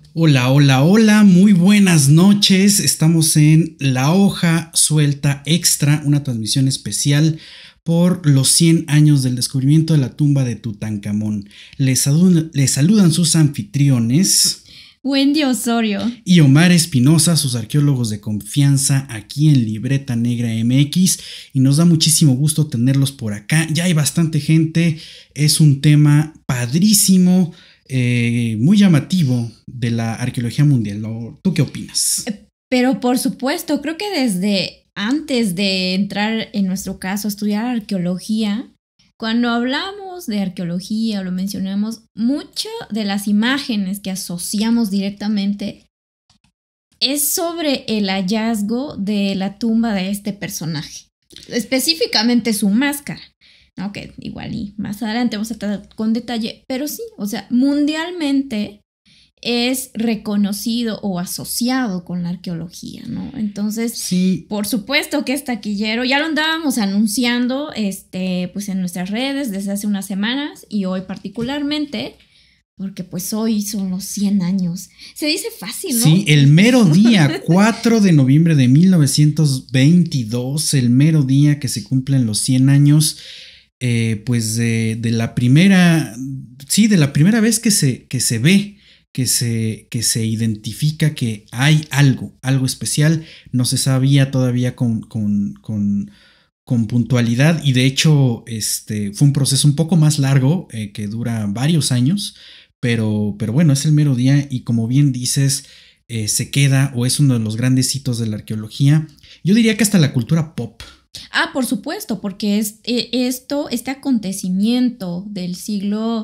Hola, hola, hola, muy buenas noches. Estamos en La Hoja Suelta Extra, una transmisión especial por los 100 años del descubrimiento de la tumba de Tutankamón. Les saludan sus anfitriones Wendy Osorio y Omar Espinosa, sus arqueólogos de confianza aquí en Libreta Negra MX, y nos da muchísimo gusto tenerlos por acá. Ya hay bastante gente, es un tema padrísimo. Muy llamativo de la arqueología mundial. ¿Tú qué opinas? Pero por supuesto, creo que desde antes de entrar en nuestro caso a estudiar arqueología, cuando hablamos de arqueología o lo mencionamos, muchas de las imágenes que asociamos directamente es sobre el hallazgo de la tumba de este personaje, específicamente su máscara. ¿No? Que igual y más adelante vamos a tratar con detalle, pero sí, o sea, mundialmente es reconocido o asociado con la arqueología, ¿no? Entonces, sí, por supuesto que es taquillero, ya lo andábamos anunciando, pues en nuestras redes desde hace unas semanas y hoy particularmente, porque pues hoy son los 100 años. Se dice fácil, ¿no? Sí, el mero día, 4 de noviembre de 1922, el mero día que se cumplen los 100 años. Pues de la primera, sí, de la primera vez que se ve, que se identifica que hay algo especial. No se sabía todavía con puntualidad, y de hecho fue un proceso un poco más largo, que dura varios años, pero bueno, es el mero día y, como bien dices, se queda, o es uno de los grandes hitos de la arqueología. Yo diría que hasta la cultura pop. Ah, por supuesto, porque este acontecimiento del siglo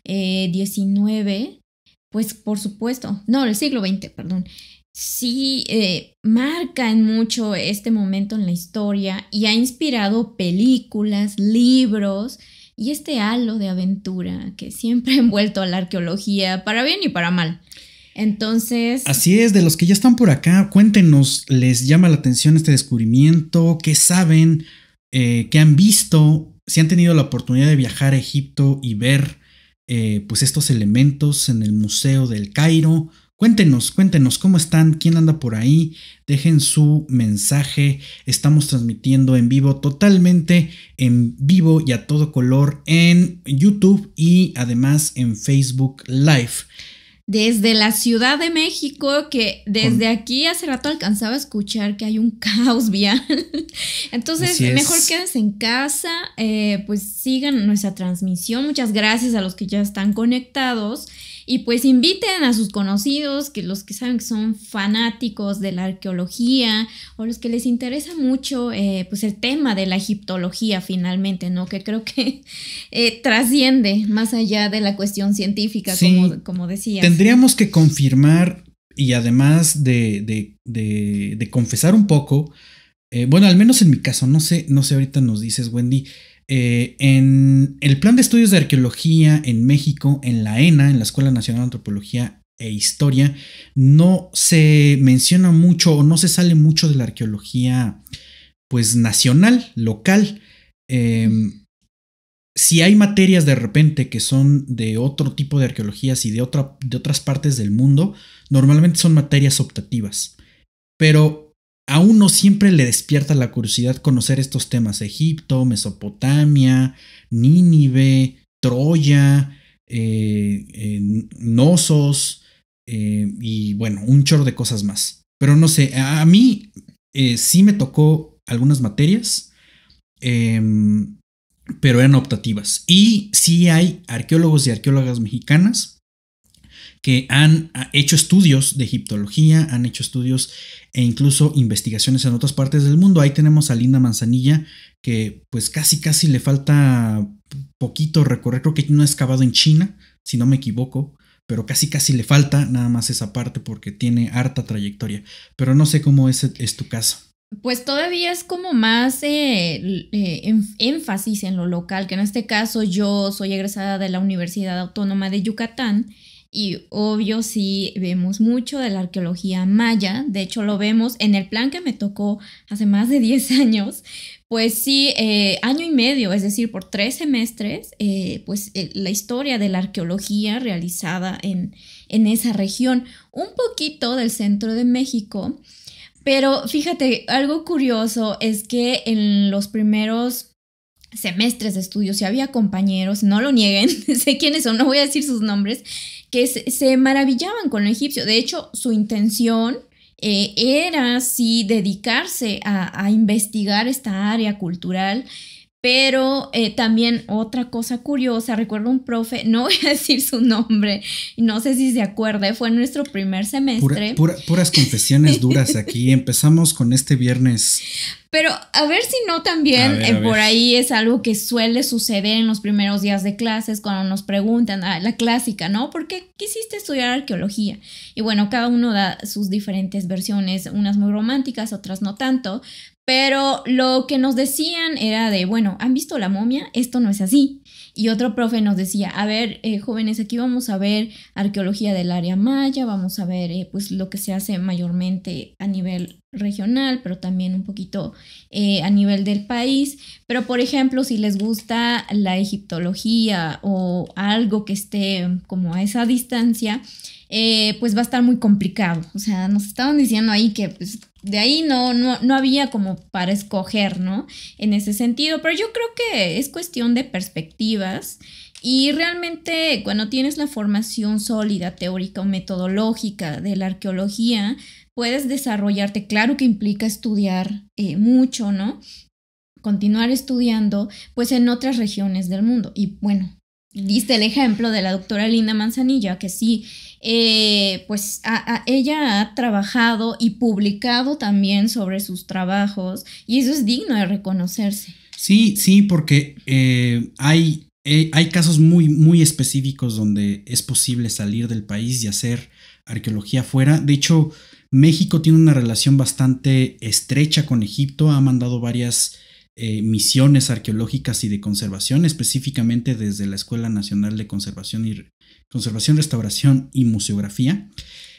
XIX, pues por supuesto, no, del siglo XX, perdón, sí marca en mucho este momento en la historia y ha inspirado películas, libros y este halo de aventura que siempre ha envuelto a la arqueología, para bien y para mal. Entonces, así es, de los que ya están por acá, cuéntenos, ¿les llama la atención este descubrimiento? ¿Qué saben? ¿Qué han visto? Si han tenido la oportunidad de viajar a Egipto y ver pues estos elementos en el Museo del Cairo. Cuéntenos cómo están, quién anda por ahí, dejen su mensaje. Estamos transmitiendo en vivo, totalmente en vivo y a todo color, en YouTube y además en Facebook Live. Desde la Ciudad de México, que desde aquí hace rato alcanzaba a escuchar que hay un caos vial. Entonces, mejor quédense en casa, pues sigan nuestra transmisión. Muchas gracias a los que ya están conectados. Y pues inviten a sus conocidos, que los que saben que son fanáticos de la arqueología o los que les interesa mucho pues el tema de la egiptología finalmente, ¿no? Que creo que trasciende más allá de la cuestión científica, sí, como decías. Tendríamos que confirmar, y además de confesar un poco, bueno, al menos en mi caso, no sé ahorita nos dices, Wendy, en el plan de estudios de arqueología en México, en la ENA, en la Escuela Nacional de Antropología e Historia, no se menciona mucho o no se sale mucho de la arqueología pues nacional, local. Si hay materias de repente que son de otro tipo de arqueologías y de otras partes del mundo, normalmente son materias optativas, pero a uno siempre le despierta la curiosidad conocer estos temas: Egipto, Mesopotamia, Nínive, Troya, Knossos, y bueno, un chorro de cosas más. Pero no sé, a mí sí me tocó algunas materias, pero eran optativas. Y sí hay arqueólogos y arqueólogas mexicanas que han hecho estudios de egiptología, han hecho estudios e incluso investigaciones en otras partes del mundo. Ahí tenemos a Linda Manzanilla, que pues casi le falta poquito recorrer. Creo que no ha excavado en China, si no me equivoco, pero casi le falta nada más esa parte porque tiene harta trayectoria. Pero no sé cómo es tu caso. Pues todavía es como más énfasis en lo local, que en este caso yo soy egresada de la Universidad Autónoma de Yucatán. Y obvio sí vemos mucho de la arqueología maya, de hecho lo vemos en el plan que me tocó hace más de 10 años, pues sí, año y medio, es decir, por 3 semestres, pues la historia de la arqueología realizada en en esa región, un poquito del centro de México. Pero fíjate, algo curioso es que en los primeros semestres de estudios, si había compañeros, no lo nieguen, sé quiénes son, no voy a decir sus nombres, que se maravillaban con lo egipcio. De hecho, su intención era sí dedicarse a investigar esta área cultural. Pero también otra cosa curiosa, recuerdo un profe, no voy a decir su nombre, no sé si se acuerda, fue en nuestro primer semestre. Puras confesiones duras aquí, empezamos con este viernes. Pero a ver si no también por ahí es algo que suele suceder en los primeros días de clases cuando nos preguntan, la clásica, ¿no? ¿Por qué quisiste estudiar arqueología? Y bueno, cada uno da sus diferentes versiones, unas muy románticas, otras no tanto. Pero lo que nos decían era de, bueno, ¿han visto la momia? Esto no es así. Y otro profe nos decía, a ver, jóvenes, aquí vamos a ver arqueología del área maya, vamos a ver pues lo que se hace mayormente a nivel regional, pero también un poquito a nivel del país. Pero, por ejemplo, si les gusta la egiptología o algo que esté como a esa distancia, pues va a estar muy complicado. O sea, nos estaban diciendo ahí que pues, de ahí no había como para escoger, ¿no? En ese sentido, pero yo creo que es cuestión de perspectivas y realmente cuando tienes la formación sólida, teórica o metodológica de la arqueología, puedes desarrollarte. Claro que implica estudiar mucho, ¿no? Continuar estudiando, pues en otras regiones del mundo. Y bueno, diste el ejemplo de la doctora Linda Manzanilla, que sí, pues ella ha trabajado y publicado también sobre sus trabajos y eso es digno de reconocerse. Sí, porque hay casos muy, muy específicos donde es posible salir del país y hacer arqueología afuera. De hecho, México tiene una relación bastante estrecha con Egipto, ha mandado varias misiones arqueológicas y de conservación, específicamente desde la Escuela Nacional de Conservación, Restauración y Museografía.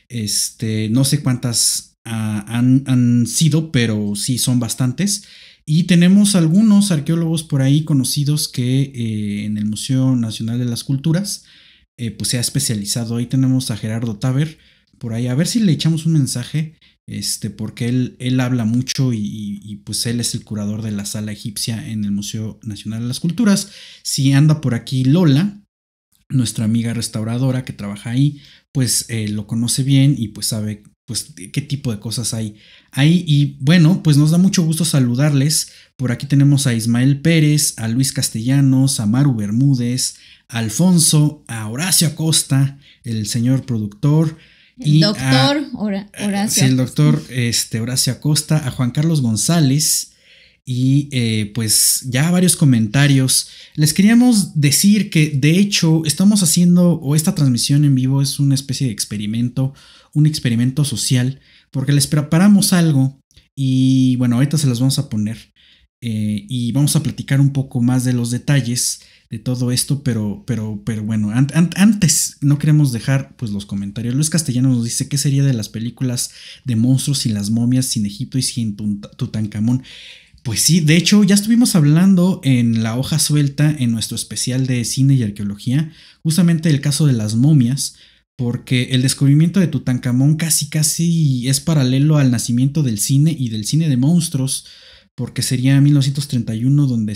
No sé cuántas han sido, pero sí son bastantes. Y tenemos algunos arqueólogos por ahí conocidos que en el Museo Nacional de las Culturas pues se ha especializado. Ahí tenemos a Gerardo Taber por ahí, a ver si le echamos un mensaje, porque él habla mucho y pues él es el curador de la sala egipcia en el Museo Nacional de las Culturas. Si anda por aquí Lola, nuestra amiga restauradora que trabaja ahí, pues lo conoce bien y pues sabe pues qué tipo de cosas hay ahí. Y bueno, pues nos da mucho gusto saludarles. Por aquí tenemos a Ismael Pérez, a Luis Castellanos, a Maru Bermúdez, a Alfonso, a Horacio Acosta, el señor productor. El doctor Horacio. Sí, el doctor Horacio Acosta, a Juan Carlos González y pues ya varios comentarios. Les queríamos decir que de hecho estamos haciendo, o esta transmisión en vivo es una especie de experimento, un experimento social, porque les preparamos algo y bueno, ahorita se las vamos a poner y vamos a platicar un poco más de los detalles de todo esto, pero bueno, antes no queremos dejar pues los comentarios. Luis Castellanos nos dice: ¿qué sería de las películas de monstruos sin las momias, sin Egipto y sin Tutankamón? Pues sí, de hecho ya estuvimos hablando en la hoja suelta en nuestro especial de cine y arqueología justamente del caso de las momias, porque el descubrimiento de Tutankamón casi es paralelo al nacimiento del cine y del cine de monstruos, porque sería 1931 donde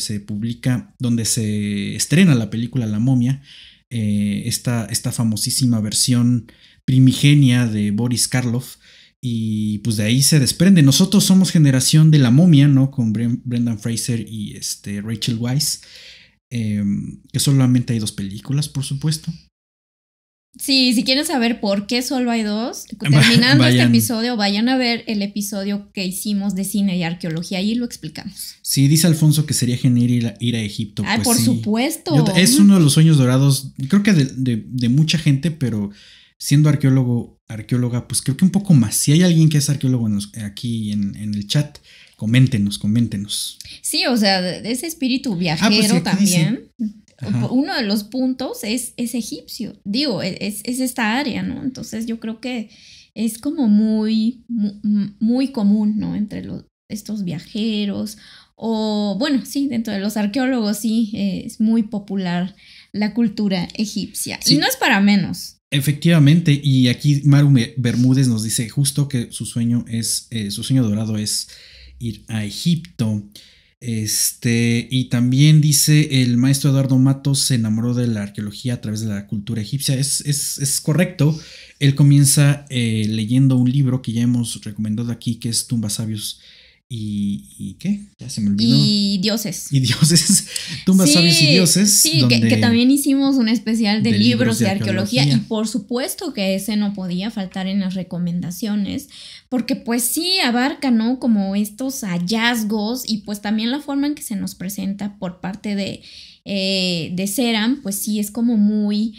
se estrena la película La momia, esta famosísima versión primigenia de Boris Karloff, y pues de ahí se desprende. Nosotros somos generación de La momia, ¿no? Con Brendan Fraser y Rachel Weisz, que solamente hay 2 películas, por supuesto. Sí, si quieren saber por qué solo hay 2, terminando este episodio, vayan a ver el episodio que hicimos de cine y arqueología, ahí lo explicamos. Sí, dice Alfonso que sería genial ir a Egipto. Pues por supuesto. Es uno de los sueños dorados, creo que de mucha gente, pero siendo arqueóloga, pues creo que un poco más. Si hay alguien que es arqueólogo aquí en el chat, coméntenos. Sí, o sea, ese espíritu viajero pues sí, también. Dice. Uno de los puntos es egipcio, digo, es esta área, ¿no? Entonces yo creo que es como muy común, ¿no? Entre estos viajeros o, bueno, sí, dentro de los arqueólogos sí, es muy popular la cultura egipcia. Sí. Y no es para menos. Efectivamente, y aquí Maru Bermúdez nos dice justo que su sueño dorado es ir a Egipto. Y también dice el maestro Eduardo Matos se enamoró de la arqueología a través de la cultura egipcia. Es correcto. Él comienza leyendo un libro que ya hemos recomendado aquí, que es Tumbas Sabios y ¿qué? Ya se me olvidó. Y dioses. Tumbas Sabios y Dioses. Sí, que también hicimos un especial de libros de arqueología. Y por supuesto que ese no podía faltar en las recomendaciones, porque pues sí abarca, ¿no? Como estos hallazgos y pues también la forma en que se nos presenta por parte de Ceram, pues sí es como muy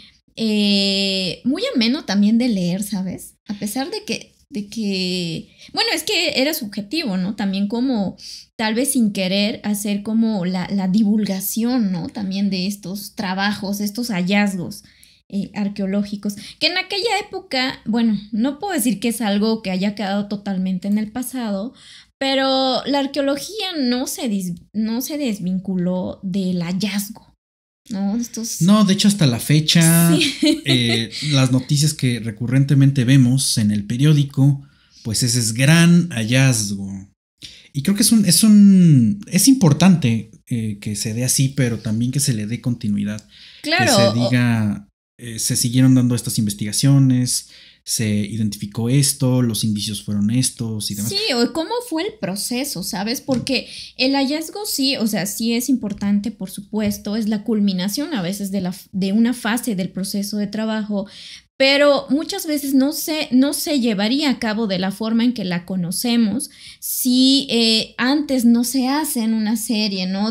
ameno también de leer, ¿sabes? A pesar de que bueno, es que era subjetivo, ¿no? También como tal vez sin querer hacer como la divulgación, ¿no? También de estos trabajos, estos hallazgos arqueológicos, que en aquella época, bueno, no puedo decir que es algo que haya quedado totalmente en el pasado, pero la arqueología no se desvinculó del hallazgo. No, de hecho hasta la fecha las noticias que recurrentemente vemos en el periódico, pues ese es gran hallazgo. Y creo que es importante que se dé así, pero también que se le dé continuidad. Claro. Que se diga, se siguieron dando estas investigaciones, se identificó esto, los indicios fueron estos y demás. Sí, o cómo fue el proceso, ¿sabes? Porque el hallazgo sí, o sea, sí es importante, por supuesto, es la culminación a veces de una fase del proceso de trabajo, pero muchas veces no se llevaría a cabo de la forma en que la conocemos si antes no se hacen una serie, ¿no?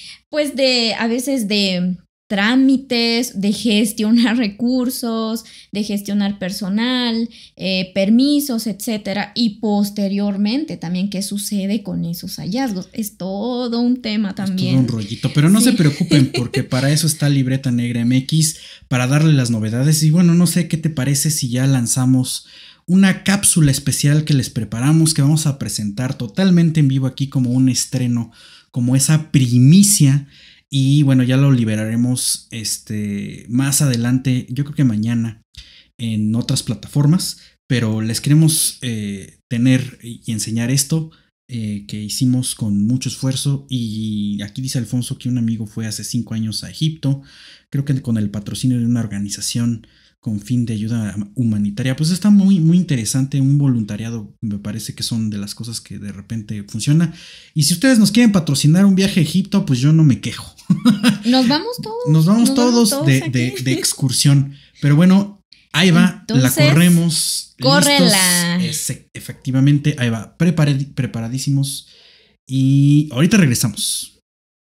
A veces de trámites, de gestionar recursos, de gestionar personal, permisos, etcétera, y posteriormente también qué sucede con esos hallazgos. Es todo un tema también. Es todo un rollito, pero no se preocupen porque para eso está Libreta Negra MX, para darle las novedades. Y bueno, no sé qué te parece si ya lanzamos una cápsula especial que les preparamos, que vamos a presentar totalmente en vivo aquí como un estreno, como esa primicia. Y bueno, ya lo liberaremos más adelante, yo creo que mañana, en otras plataformas. Pero les queremos tener y enseñar esto que hicimos con mucho esfuerzo. Y aquí dice Alfonso que un amigo fue hace 5 años a Egipto, creo que con el patrocinio de una organización con fin de ayuda humanitaria. Pues está muy, muy interesante, un voluntariado, me parece que son de las cosas que de repente funciona. Y si ustedes nos quieren patrocinar un viaje a Egipto, pues yo no me quejo. Nos vamos todos. Nos vamos todos de excursión. Pero bueno, ahí va. Entonces, la corremos. Córrela. Efectivamente, ahí va. Preparadísimos. Y ahorita regresamos.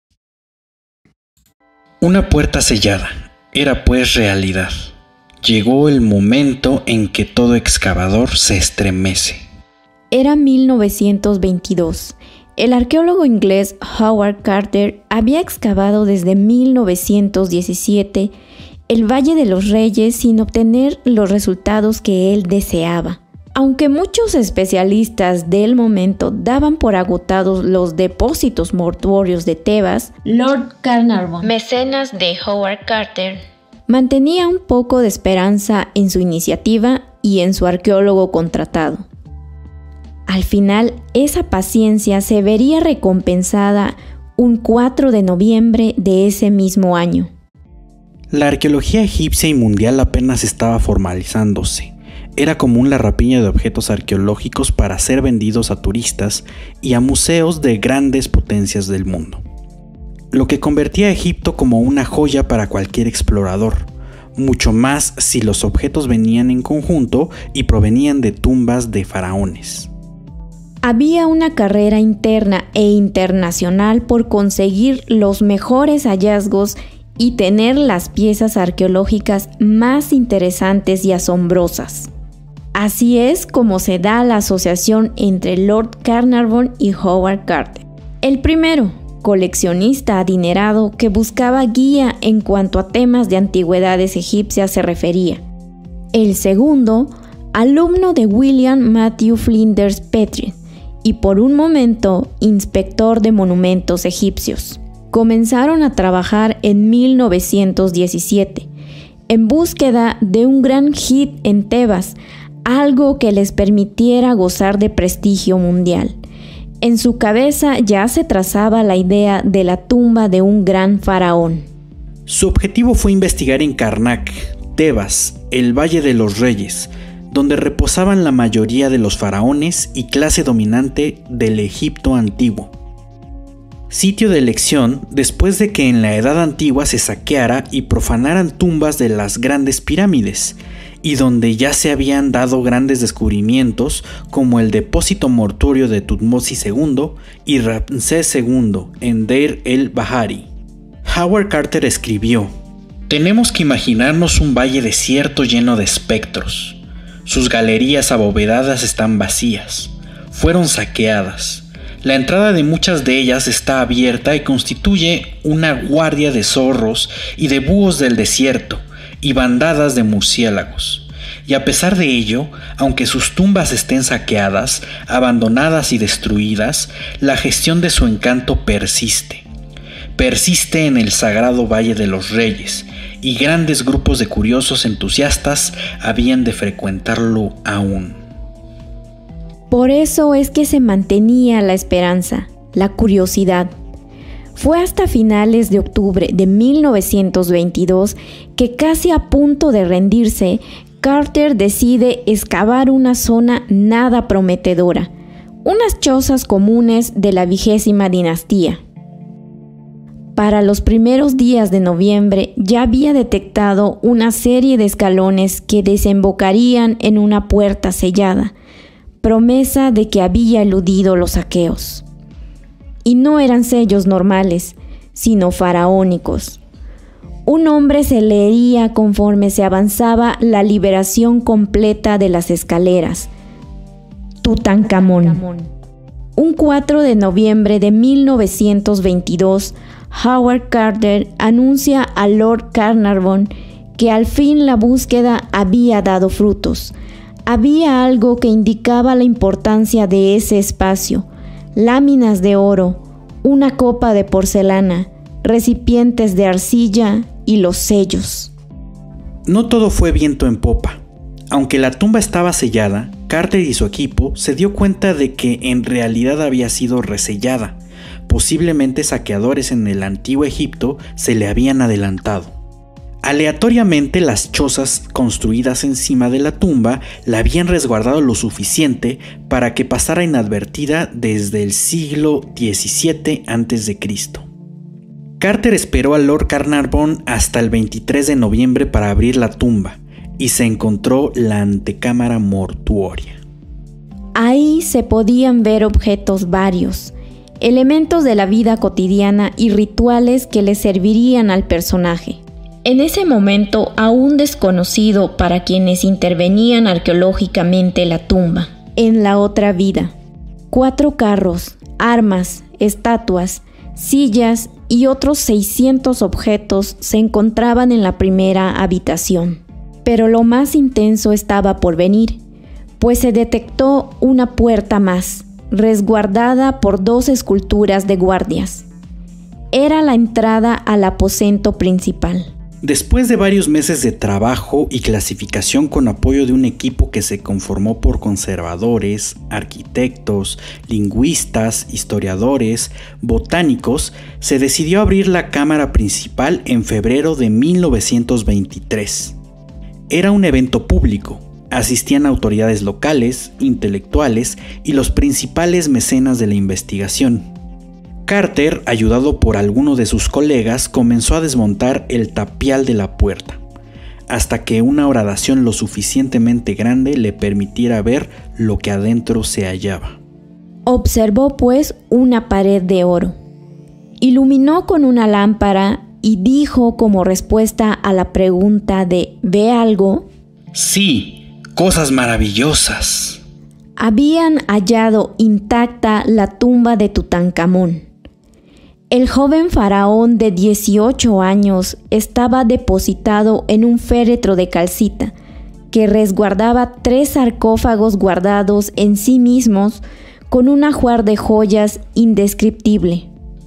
Una puerta sellada era pues realidad. Llegó el momento en que todo excavador se estremece. Era 1922. El arqueólogo inglés Howard Carter había excavado desde 1917 el Valle de los Reyes sin obtener los resultados que él deseaba. Aunque muchos especialistas del momento daban por agotados los depósitos mortuorios de Tebas, Lord Carnarvon, mecenas de Howard Carter, mantenía un poco de esperanza en su iniciativa y en su arqueólogo contratado. Al final, esa paciencia se vería recompensada un 4 de noviembre de ese mismo año. La arqueología egipcia y mundial apenas estaba formalizándose. Era común la rapiña de objetos arqueológicos para ser vendidos a turistas y a museos de grandes potencias del mundo. Lo que convertía a Egipto como una joya para cualquier explorador, mucho más si los objetos venían en conjunto y provenían de tumbas de faraones. Había una carrera interna e internacional por conseguir los mejores hallazgos y tener las piezas arqueológicas más interesantes y asombrosas. Así es como se da la asociación entre Lord Carnarvon y Howard Carter. El primero, coleccionista adinerado que buscaba guía en cuanto a temas de antigüedades egipcias se refería. El segundo, alumno de William Matthew Flinders Petrie y por un momento inspector de monumentos egipcios. Comenzaron a trabajar en 1917. en búsqueda de un gran hit en Tebas, algo que les permitiera gozar de prestigio mundial. En su cabeza ya se trazaba la idea de la tumba de un gran faraón. Su objetivo fue investigar en Karnak, Tebas, el Valle de los Reyes, donde reposaban la mayoría de los faraones y clase dominante del Egipto antiguo. Sitio de elección después de que en la Edad Antigua se saqueara y profanaran tumbas de las grandes pirámides, y donde ya se habían dado grandes descubrimientos como el depósito mortuorio de Tutmosis II y Ramsés II en Deir el-Bahari. Howard Carter escribió: «Tenemos que imaginarnos un valle desierto lleno de espectros. Sus galerías abovedadas están vacías. Fueron saqueadas. La entrada de muchas de ellas está abierta y constituye una guardia de zorros y de búhos del desierto y bandadas de murciélagos. Y a pesar de ello, aunque sus tumbas estén saqueadas, abandonadas y destruidas, la gestión de su encanto persiste. Persiste en el sagrado Valle de los Reyes, y grandes grupos de curiosos entusiastas habían de frecuentarlo aún». Por eso es que se mantenía la esperanza, la curiosidad. Fue hasta finales de octubre de 1922 que, casi a punto de rendirse, Carter decide excavar una zona nada prometedora, unas chozas comunes de la 20ª dinastía. Para los primeros días de noviembre ya había detectado una serie de escalones que desembocarían en una puerta sellada, promesa de que había eludido los saqueos. Y no eran sellos normales, sino faraónicos. Un nombre se leería conforme se avanzaba la liberación completa de las escaleras: Tutankamón. Un 4 de noviembre de 1922, Howard Carter anuncia a Lord Carnarvon que al fin la búsqueda había dado frutos. Había algo que indicaba la importancia de ese espacio: láminas de oro, una copa de porcelana, recipientes de arcilla y los sellos. No todo fue viento en popa. Aunque la tumba estaba sellada, Carter y su equipo se dio cuenta de que en realidad había sido resellada. Posiblemente saqueadores en el antiguo Egipto se le habían adelantado. Aleatoriamente, las chozas construidas encima de la tumba la habían resguardado lo suficiente para que pasara inadvertida desde el siglo XVII a.C. Carter esperó a Lord Carnarvon hasta el 23 de noviembre para abrir la tumba, y se encontró la antecámara mortuoria. Ahí se podían ver objetos varios, elementos de la vida cotidiana y rituales que le servirían al personaje. En ese momento aún desconocido para quienes intervenían arqueológicamente la tumba. En la otra vida, 4 carros, armas, estatuas, sillas y otros 600 objetos se encontraban en la primera habitación. Pero lo más intenso estaba por venir, pues se detectó una puerta más, resguardada por 2 esculturas de guardias. Era la entrada al aposento principal. Después de varios meses de trabajo y clasificación con apoyo de un equipo que se conformó por conservadores, arquitectos, lingüistas, historiadores, botánicos, se decidió abrir la cámara principal en febrero de 1923. Era un evento público. Asistían autoridades locales, intelectuales y los principales mecenas de la investigación. Carter, ayudado por alguno de sus colegas, comenzó a desmontar el tapial de la puerta, hasta que una horadación lo suficientemente grande le permitiera ver lo que adentro se hallaba. Observó pues una pared de oro. Iluminó con una lámpara y dijo como respuesta a la pregunta de ¿ve algo? Sí, cosas maravillosas. Habían hallado intacta la tumba de Tutankamón. El joven faraón de 18 años estaba depositado en un féretro de calcita que resguardaba 3 sarcófagos guardados en sí mismos con un ajuar de joyas indescriptible.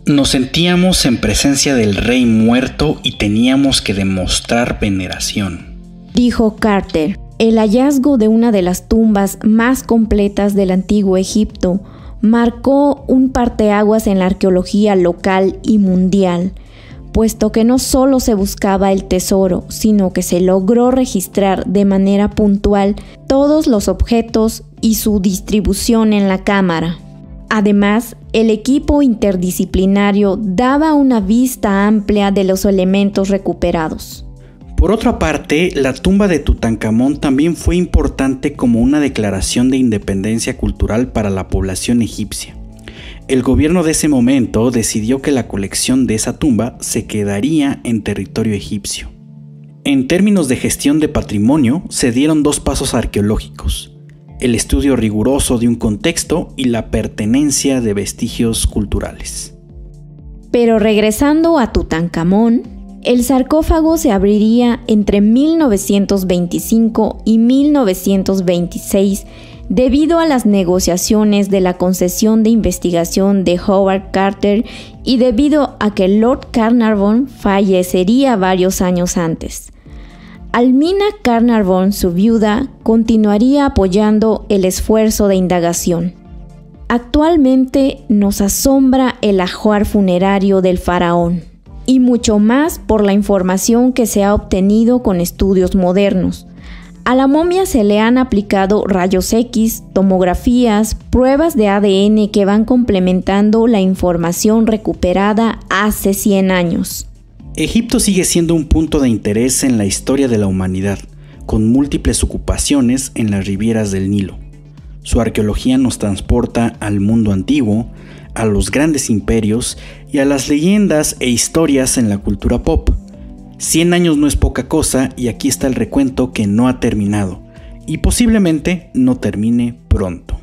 Nos sentíamos en presencia del rey muerto y teníamos que demostrar veneración, dijo Carter. El hallazgo de una de las tumbas más completas del antiguo Egipto marcó un parteaguas en la arqueología local y mundial, puesto que no solo se buscaba el tesoro, sino que se logró registrar de manera puntual todos los objetos y su distribución en la cámara. Además, el equipo interdisciplinario daba una vista amplia de los elementos recuperados. Por otra parte, la tumba de Tutankamón también fue importante como una declaración de independencia cultural para la población egipcia. El gobierno de ese momento decidió que la colección de esa tumba se quedaría en territorio egipcio. En términos de gestión de patrimonio, se dieron dos pasos arqueológicos: el estudio riguroso de un contexto y la pertenencia de vestigios culturales. Pero regresando a Tutankamón, el sarcófago se abriría entre 1925 y 1926 debido a las negociaciones de la concesión de investigación de Howard Carter y debido a que Lord Carnarvon fallecería varios años antes. Almina Carnarvon, su viuda, continuaría apoyando el esfuerzo de indagación. Actualmente nos asombra el ajuar funerario del faraón, y mucho más por la información que se ha obtenido con estudios modernos. A la momia se le han aplicado rayos X, tomografías, pruebas de ADN que van complementando la información recuperada hace 100 años. Egipto sigue siendo un punto de interés en la historia de la humanidad, con múltiples ocupaciones en las rivieras del Nilo. Su arqueología nos transporta al mundo antiguo, a los grandes imperios y a las leyendas e historias en la cultura pop. 100 años no es poca cosa y aquí está el recuento que no ha terminado y posiblemente no termine pronto.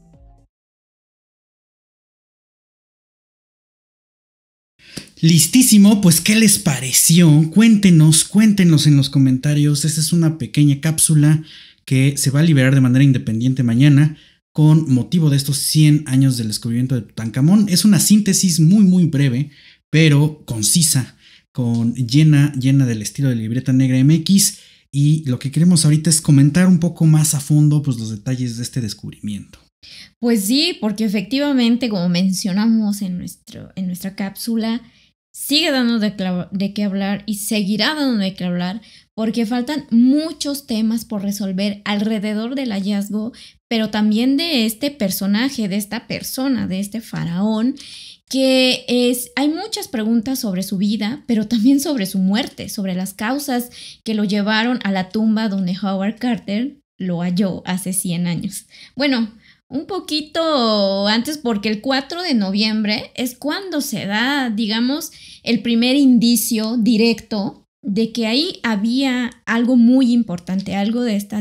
Listísimo, pues ¿qué les pareció? Cuéntenos en los comentarios. Esta es una pequeña cápsula que se va a liberar de manera independiente mañana con motivo de estos 100 años del descubrimiento de Tutankamón. Es una síntesis muy breve, pero concisa, llena del estilo de Libreta Negra MX, y lo que queremos ahorita es comentar un poco más a fondo pues, los detalles de este descubrimiento. Pues sí, porque efectivamente, como mencionamos en nuestra cápsula, sigue dando de qué hablar y seguirá dando de qué hablar, porque faltan muchos temas por resolver alrededor del hallazgo, pero también de este personaje, de esta persona, de este faraón, hay muchas preguntas sobre su vida, pero también sobre su muerte, sobre las causas que lo llevaron a la tumba donde Howard Carter lo halló hace 100 años. Bueno, un poquito antes, porque el 4 de noviembre es cuando se da, digamos, el primer indicio directo de que ahí había algo muy importante, algo de esta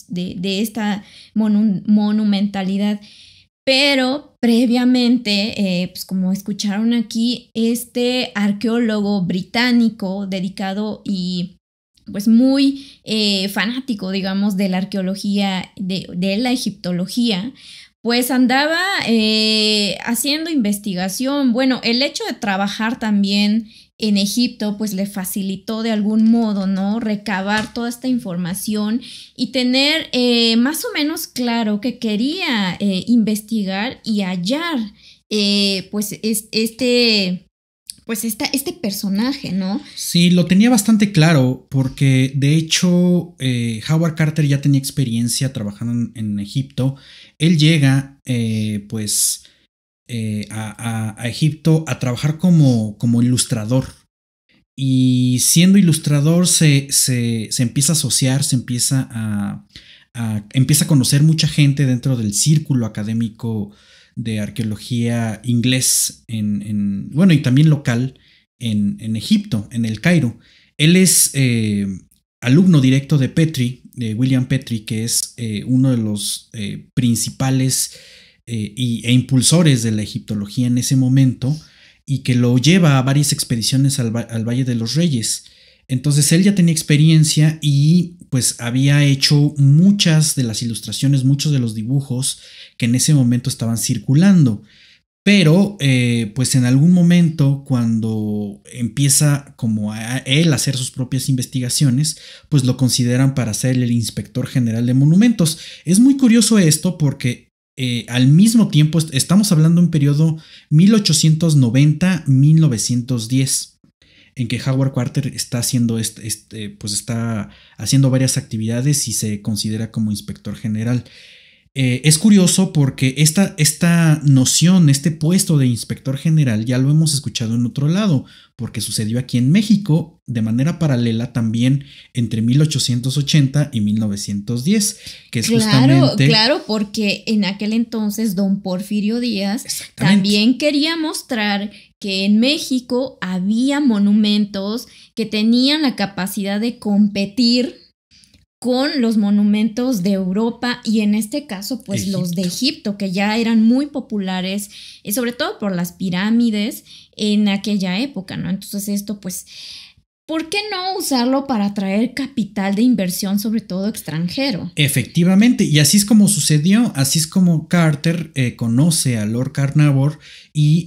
monumentalidad. Pero previamente, pues como escucharon aquí, este arqueólogo británico dedicado y pues muy fanático, digamos, de la arqueología, de la egiptología, pues andaba haciendo investigación. Bueno, el hecho de trabajar también en Egipto, pues le facilitó de algún modo, ¿no? Recabar toda esta información y tener más o menos claro que quería investigar y hallar, pues este personaje, ¿no? Sí, lo tenía bastante claro porque de hecho Howard Carter ya tenía experiencia trabajando en Egipto. Él llega a Egipto a trabajar como ilustrador, y siendo ilustrador se empieza a asociar, empieza a conocer mucha gente dentro del círculo académico de arqueología inglés y también local en Egipto, en el Cairo. Él es alumno directo de Petrie, de William Petrie, que es uno de los principales e impulsores de la egiptología en ese momento, y que lo lleva a varias expediciones al Valle de los Reyes. Entonces él ya tenía experiencia y pues había hecho muchas de las ilustraciones, muchos de los dibujos que en ese momento estaban circulando. Pero pues en algún momento, cuando empieza como a él a hacer sus propias investigaciones, pues lo consideran para ser el inspector general de monumentos. Es muy curioso esto porque al mismo tiempo estamos hablando de un periodo 1890-1910 en que Howard Carter está haciendo pues está haciendo varias actividades y se considera como inspector general. Es curioso porque esta noción, este puesto de inspector general ya lo hemos escuchado en otro lado, porque sucedió aquí en México de manera paralela también entre 1880 y 1910, que es justamente... Claro, porque en aquel entonces don Porfirio Díaz también quería mostrar que en México había monumentos que tenían la capacidad de competir con los monumentos de Europa y en este caso pues los de Egipto, que ya eran muy populares, sobre todo por las pirámides en aquella época, ¿no? Entonces esto pues, ¿por qué no usarlo para atraer capital de inversión, sobre todo extranjero? Efectivamente, y así es como sucedió, así es como Carter conoce a Lord Carnarvon y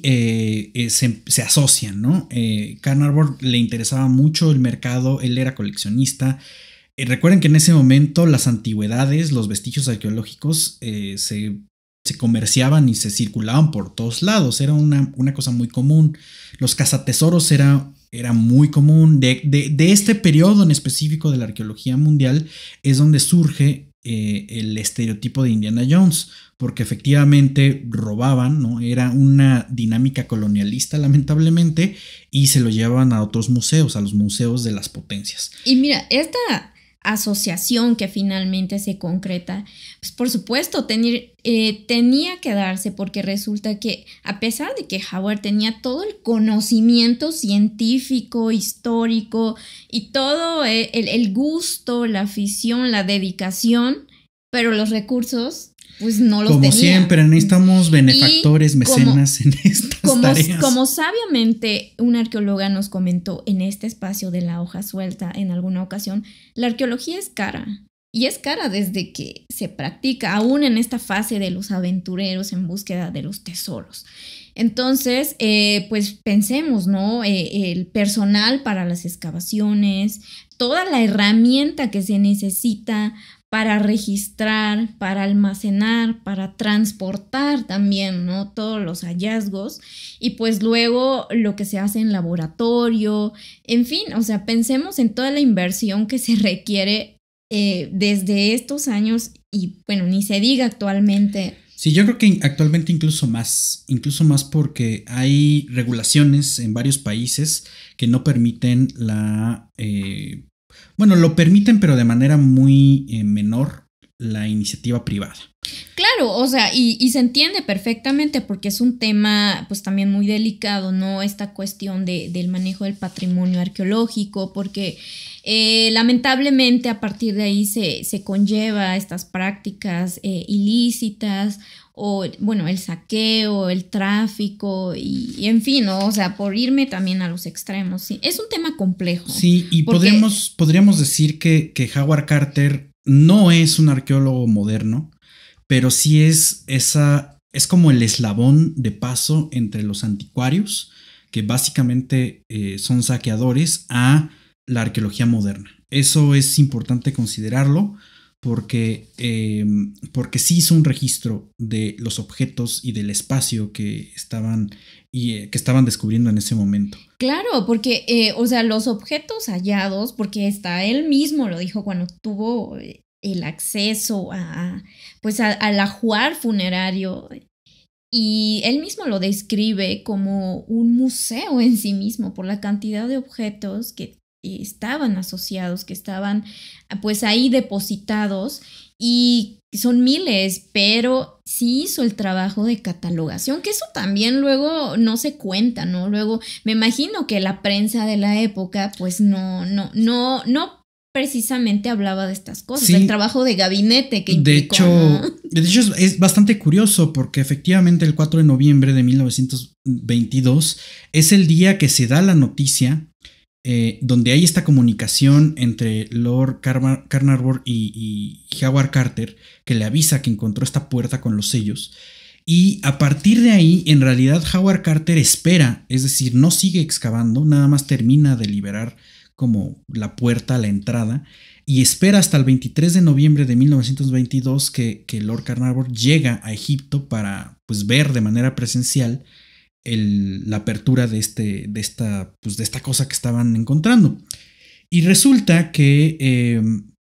se asocian, ¿no? Carnarvon le interesaba mucho el mercado, él era coleccionista. Recuerden que en ese momento las antigüedades, los vestigios arqueológicos se comerciaban y se circulaban por todos lados. Era una cosa muy común. Los cazatesoros era muy común. De este periodo en específico de la arqueología mundial es donde surge el estereotipo de Indiana Jones, porque efectivamente robaban, ¿no? Era una dinámica colonialista, lamentablemente, y se lo llevaban a otros museos, a los museos de las potencias. Y mira, esta asociación que finalmente se concreta, pues por supuesto tenía que darse, porque resulta que a pesar de que Howard tenía todo el conocimiento científico, histórico y todo el gusto, la afición, la dedicación, pero los recursos pues no los tenía. Como siempre, necesitamos benefactores, mecenas en estas tareas. Como sabiamente una arqueóloga nos comentó en este espacio de La Hoja Suelta en alguna ocasión, la arqueología es cara. Y es cara desde que se practica, aún en esta fase de los aventureros en búsqueda de los tesoros. Entonces, pues pensemos, ¿no? El personal para las excavaciones, toda la herramienta que se necesita para registrar, para almacenar, para transportar también, ¿no? Todos los hallazgos y pues luego lo que se hace en laboratorio, en fin, o sea, pensemos en toda la inversión que se requiere desde estos años y bueno, ni se diga actualmente. Sí, yo creo que actualmente incluso más porque hay regulaciones en varios países que no permiten lo permiten, pero de manera muy menor la iniciativa privada. Claro, o sea, y se entiende perfectamente porque es un tema pues también muy delicado, ¿no? Esta cuestión del manejo del patrimonio arqueológico, porque lamentablemente a partir de ahí se conlleva estas prácticas ilícitas o bueno, el saqueo, el tráfico y en fin, ¿no? O sea, por irme también a los extremos, sí. Es un tema complejo. Sí, y podríamos decir que Howard Carter no es un arqueólogo moderno, pero sí es como el eslabón de paso entre los anticuarios, que básicamente son saqueadores, a la arqueología moderna. Eso es importante considerarlo porque sí hizo un registro de los objetos y del espacio que estaban descubriendo en ese momento. Claro, porque, o sea, los objetos hallados, porque él mismo lo dijo cuando tuvo el acceso al ajuar funerario, y él mismo lo describe como un museo en sí mismo por la cantidad de objetos que estaban asociados, que estaban pues ahí depositados y son miles, pero sí hizo el trabajo de catalogación, que eso también luego no se cuenta, ¿no? Luego me imagino que la prensa de la época pues no precisamente hablaba de estas cosas, sí, el trabajo de gabinete que implicó. De hecho es bastante curioso porque efectivamente el 4 de noviembre de 1922 es el día que se da la noticia donde hay esta comunicación entre Lord Carnarvon y Howard Carter, que le avisa que encontró esta puerta con los sellos. Y a partir de ahí, en realidad, Howard Carter espera, es decir, no sigue excavando, nada más termina de liberar como la puerta a la entrada y espera hasta el 23 de noviembre de 1922 que Lord Carnarvon llega a Egipto para pues, ver de manera presencial la apertura de esta cosa que estaban encontrando. Y resulta que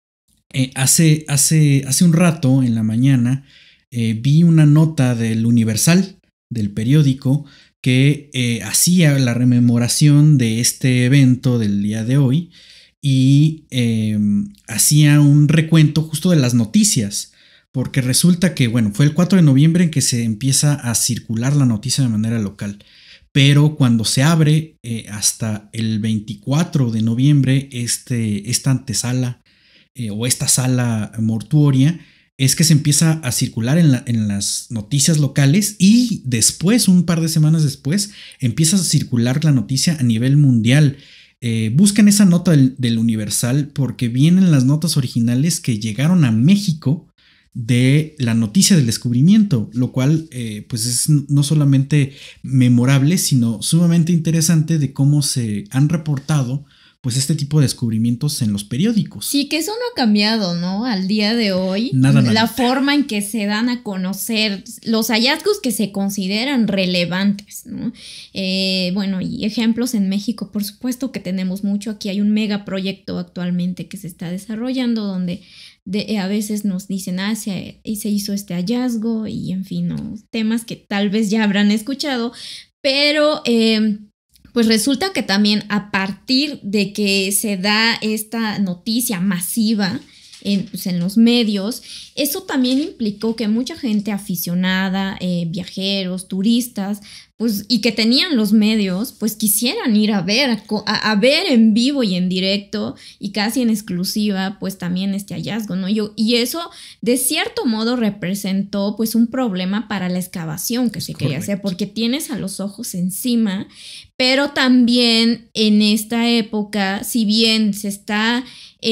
hace un rato, en la mañana, vi una nota del Universal, del periódico, que hacía la rememoración de este evento del día de hoy y hacía un recuento justo de las noticias, porque resulta que, bueno, fue el 4 de noviembre en que se empieza a circular la noticia de manera local, pero cuando se abre hasta el 24 de noviembre esta antesala o esta sala mortuoria, es que se empieza a circular en las noticias locales y después, un par de semanas después, empieza a circular la noticia a nivel mundial. Busquen esa nota del Universal porque vienen las notas originales que llegaron a México de la noticia del descubrimiento, lo cual pues es no solamente memorable, sino sumamente interesante de cómo se han reportado pues este tipo de descubrimientos en los periódicos. Sí, que eso no ha cambiado, ¿no? Al día de hoy, nada. La forma en que se dan a conocer los hallazgos que se consideran relevantes, ¿no? Bueno, y ejemplos en México, por supuesto que tenemos mucho. Aquí hay un megaproyecto actualmente que se está desarrollando donde a veces nos dicen, se hizo este hallazgo y en fin, ¿no? Temas que tal vez ya habrán escuchado, pero pues resulta que también a partir de que se da esta noticia masiva en los medios, eso también implicó que mucha gente aficionada, viajeros, turistas, pues, y que tenían los medios, pues quisieran ir a ver en vivo y en directo y casi en exclusiva, pues también este hallazgo, ¿no? Y eso, de cierto modo, representó pues un problema para la excavación que se quería hacer, porque tienes a los ojos encima, pero también en esta época, si bien se está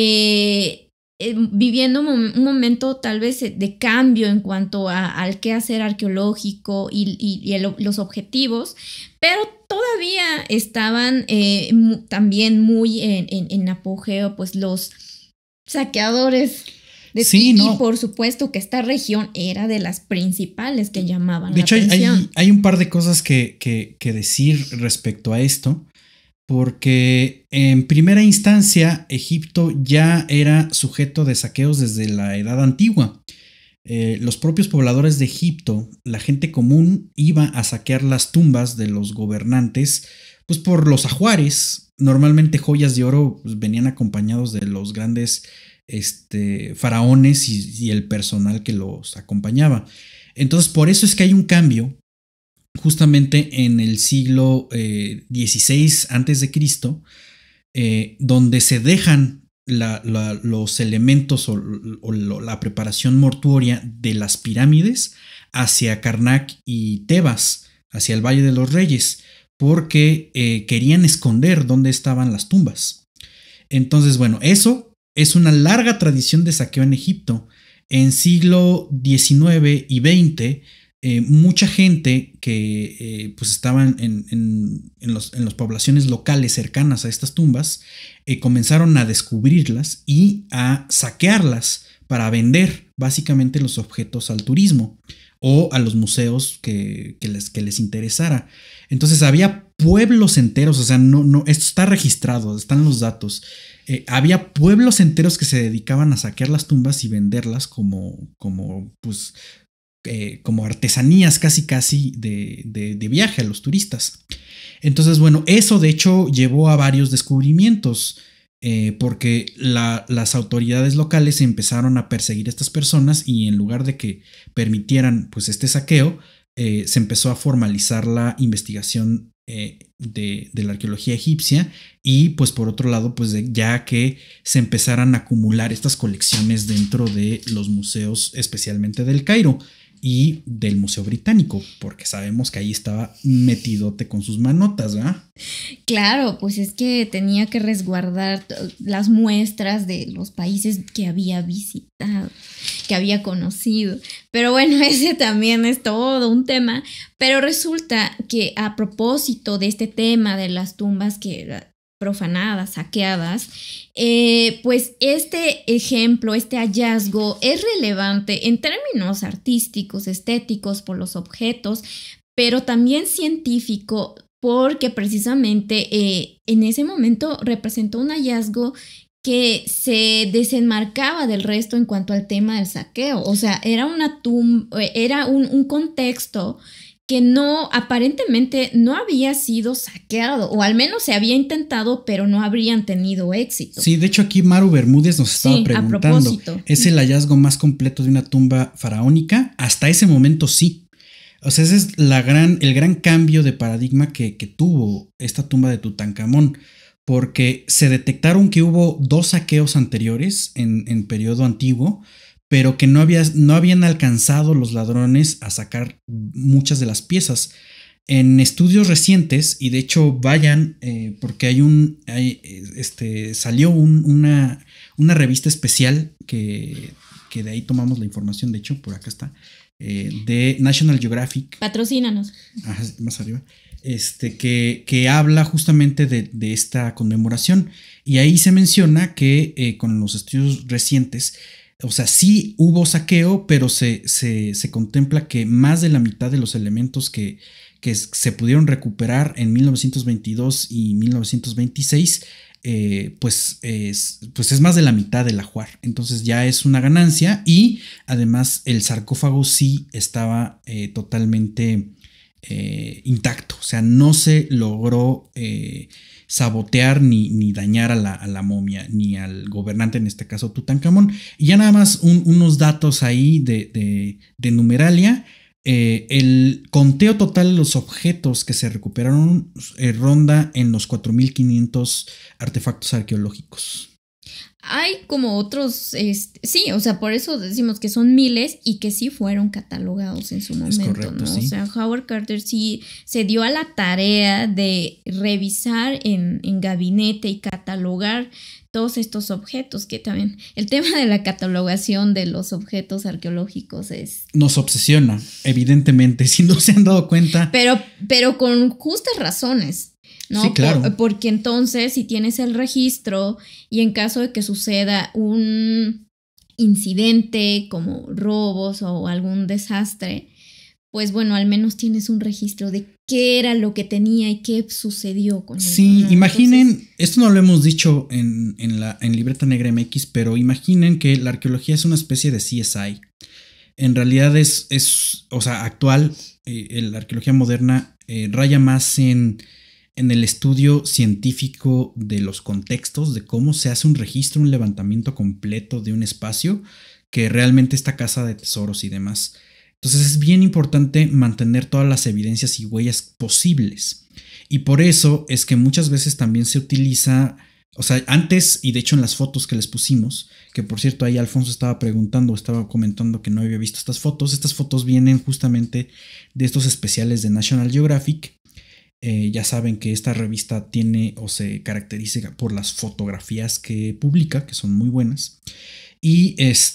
viviendo un momento tal vez de cambio en cuanto al quehacer arqueológico y los objetivos, pero todavía estaban también muy en apogeo pues los saqueadores. Y por supuesto que esta región era de las principales que llamaban la atención. De hecho, hay un par de cosas que decir respecto a esto. Porque en primera instancia Egipto ya era sujeto de saqueos desde la Edad Antigua. Los propios pobladores de Egipto, la gente común, iba a saquear las tumbas de los gobernantes pues por los ajuares. Normalmente joyas de oro pues, venían acompañados de los grandes faraones y el personal que los acompañaba. Entonces por eso es que hay un cambio. Justamente en el siglo XVI a.C., donde se dejan los elementos o la preparación mortuoria de las pirámides hacia Karnak y Tebas, hacia el Valle de los Reyes, porque querían esconder dónde estaban las tumbas. Entonces, bueno, eso es una larga tradición de saqueo en Egipto. En siglo XIX y XX, mucha gente que pues estaban en las poblaciones locales cercanas a estas tumbas comenzaron a descubrirlas y a saquearlas para vender básicamente los objetos al turismo o a los museos que les interesara. Entonces había pueblos enteros, o sea, no, esto está registrado, están los datos. Había pueblos enteros que se dedicaban a saquear las tumbas y venderlas como artesanías casi de viaje a los turistas. Entonces, bueno, eso de hecho llevó a varios descubrimientos, porque las autoridades locales empezaron a perseguir a estas personas y en lugar de que permitieran pues este saqueo, se empezó a formalizar la investigación de la arqueología egipcia y pues por otro lado pues ya que se empezaran a acumular estas colecciones dentro de los museos, especialmente del Cairo. y del Museo Británico, porque sabemos que ahí estaba metidote con sus manotas, ¿verdad? Claro, pues es que tenía que resguardar las muestras de los países que había visitado, que había conocido. Pero bueno, ese también es todo un tema. Pero resulta que a propósito de este tema de las tumbas que profanadas, saqueadas, pues este ejemplo, este hallazgo es relevante en términos artísticos, estéticos, por los objetos, pero también científico, porque precisamente en ese momento representó un hallazgo que se desenmarcaba del resto en cuanto al tema del saqueo. O sea, era una era un contexto que aparentemente no había sido saqueado, o al menos se había intentado, pero no habrían tenido éxito. Sí, de hecho aquí Maru Bermúdez nos estaba preguntando, ¿es el hallazgo más completo de una tumba faraónica? Hasta ese momento sí. O sea, ese es el gran cambio de paradigma que tuvo esta tumba de Tutankamón, porque se detectaron que hubo 2 saqueos anteriores en periodo antiguo, pero que no habían alcanzado los ladrones a sacar muchas de las piezas. En estudios recientes, y de hecho vayan, porque salió una revista especial que de ahí tomamos la información, de hecho, por acá está, de National Geographic. Patrocínanos. Ajá, más arriba. Que habla justamente de esta conmemoración. Y ahí se menciona que con los estudios recientes, o sea, sí hubo saqueo, pero se contempla que más de la mitad de los elementos que se pudieron recuperar en 1922 y 1926, pues es más de la mitad del ajuar. Entonces ya es una ganancia, y además el sarcófago sí estaba totalmente intacto. O sea, no se logró sabotear ni dañar a la momia, ni al gobernante, en este caso Tutankamón. Y ya nada más unos datos ahí de numeralia. El conteo total de los objetos que se recuperaron ronda en los 4.500 artefactos arqueológicos. Hay como otros, sí, o sea, por eso decimos que son miles y que sí fueron catalogados en su momento, correcto, ¿no? Sí. O sea, Howard Carter sí se dio a la tarea de revisar en gabinete y catalogar todos estos objetos, que también el tema de la catalogación de los objetos arqueológicos nos obsesiona, evidentemente, si no se han dado cuenta. Pero con justas razones, ¿no? Sí, claro. Porque entonces, si tienes el registro y en caso de que suceda un incidente como robos o algún desastre, pues bueno, al menos tienes un registro de qué era lo que tenía y qué sucedió con él. Sí, ¿no? imaginen, Entonces, esto no lo hemos dicho en Libreta Negra MX, pero imaginen que la arqueología es una especie de CSI. En realidad o sea, actual, la arqueología moderna raya más en el estudio científico de los contextos, de cómo se hace un registro, un levantamiento completo de un espacio, que realmente esta casa de tesoros y demás. Entonces es bien importante mantener todas las evidencias y huellas posibles. Y por eso es que muchas veces también se utiliza, o sea, antes, y de hecho en las fotos que les pusimos, que por cierto ahí Alfonso estaba comentando que no había visto estas fotos vienen justamente de estos especiales de National Geographic. Ya saben que esta revista tiene o se caracteriza por las fotografías que publica, que son muy buenas. Y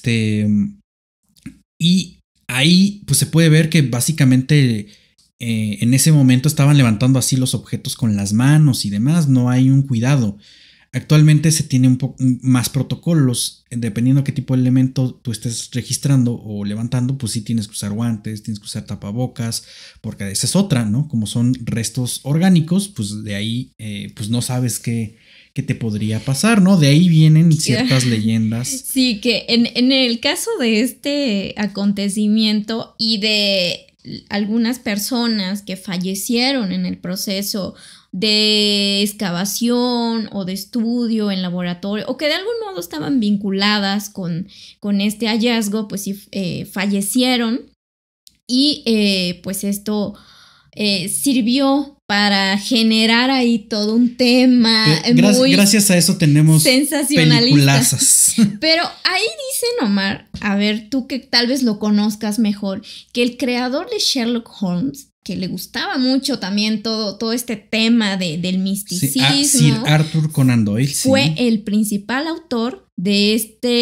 ahí pues se puede ver que básicamente en ese momento estaban levantando así los objetos con las manos y demás. No hay un cuidado. Actualmente se tiene un poco más protocolos, dependiendo de qué tipo de elemento tú estés registrando o levantando, pues sí tienes que usar guantes, tienes que usar tapabocas, porque esa es otra, ¿no? Como son restos orgánicos, pues de ahí pues no sabes qué te podría pasar, ¿no? De ahí vienen ciertas leyendas. Sí, que en el caso de este acontecimiento y de algunas personas que fallecieron en el proceso de excavación o de estudio en laboratorio, o que de algún modo estaban vinculadas con este hallazgo, pues sí fallecieron, y pues esto sirvió para generar ahí todo un tema muy gracias a eso tenemos sensacionalista. Pero ahí dice Omar, a ver, tú que tal vez lo conozcas mejor, que el creador de Sherlock Holmes, que le gustaba mucho también todo este tema del misticismo, Sir Arthur Conan Doyle, fue el principal autor de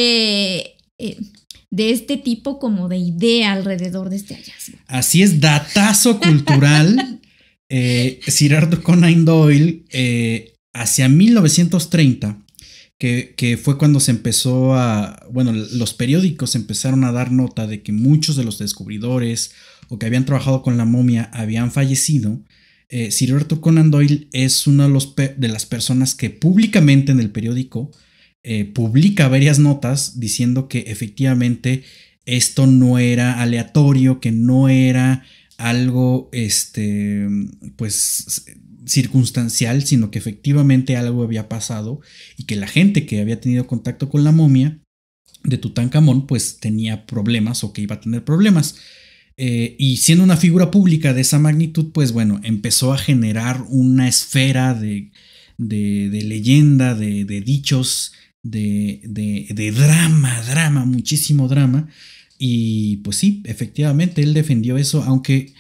este tipo como de idea alrededor de este hallazgo. Así es, datazo cultural. Sir Arthur Conan Doyle, hacia 1930, que fue cuando se empezó los periódicos empezaron a dar nota de que muchos de los descubridores o que habían trabajado con la momia habían fallecido. Sir Arthur Conan Doyle es una de las personas que públicamente en el periódico publica varias notas diciendo que efectivamente esto no era aleatorio, que no era algo pues circunstancial, sino que efectivamente algo había pasado y que la gente que había tenido contacto con la momia de Tutankamón pues tenía problemas o que iba a tener problemas. Y siendo una figura pública de esa magnitud, pues bueno, empezó a generar una esfera de leyenda, de dichos, de drama, muchísimo drama. Y pues sí, efectivamente él defendió eso, aunque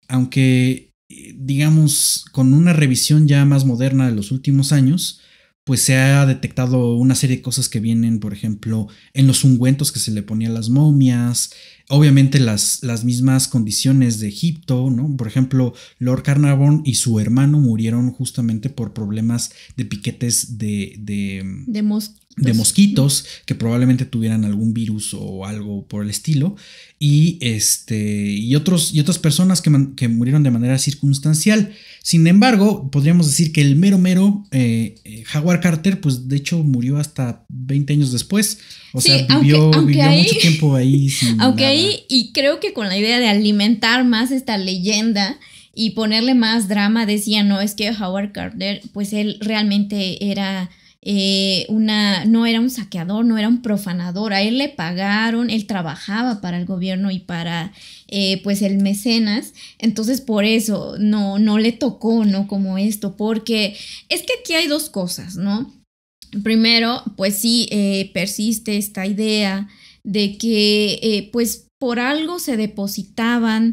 digamos con una revisión ya más moderna de los últimos años, pues se ha detectado una serie de cosas que vienen, por ejemplo, en los ungüentos que se le ponían a las momias, obviamente las mismas condiciones de Egipto, ¿no? Por ejemplo, Lord Carnarvon y su hermano murieron justamente por problemas de piquetes de mosquitos que probablemente tuvieran algún virus o algo por el estilo, y otras personas que murieron de manera circunstancial. Sin embargo, podríamos decir que el mero Howard Carter, pues de hecho murió hasta 20 años después. O sea, vivió mucho tiempo ahí. Aunque nada. Ahí, y creo que con la idea de alimentar más esta leyenda y ponerle más drama, decía, no, es que Howard Carter, pues él realmente era no era un saqueador, no era un profanador, a él le pagaron, él trabajaba para el gobierno y para pues el mecenas, entonces por eso no le tocó, ¿no? Como esto, porque es que aquí hay dos cosas, ¿no? Primero, pues sí, persiste esta idea de que pues por algo se depositaban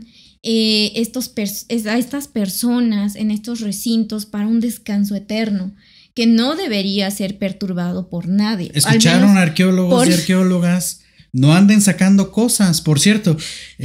a estas personas en estos recintos para un descanso eterno que no debería ser perturbado por nadie. Escucharon arqueólogos y arqueólogas, no anden sacando cosas. Por cierto,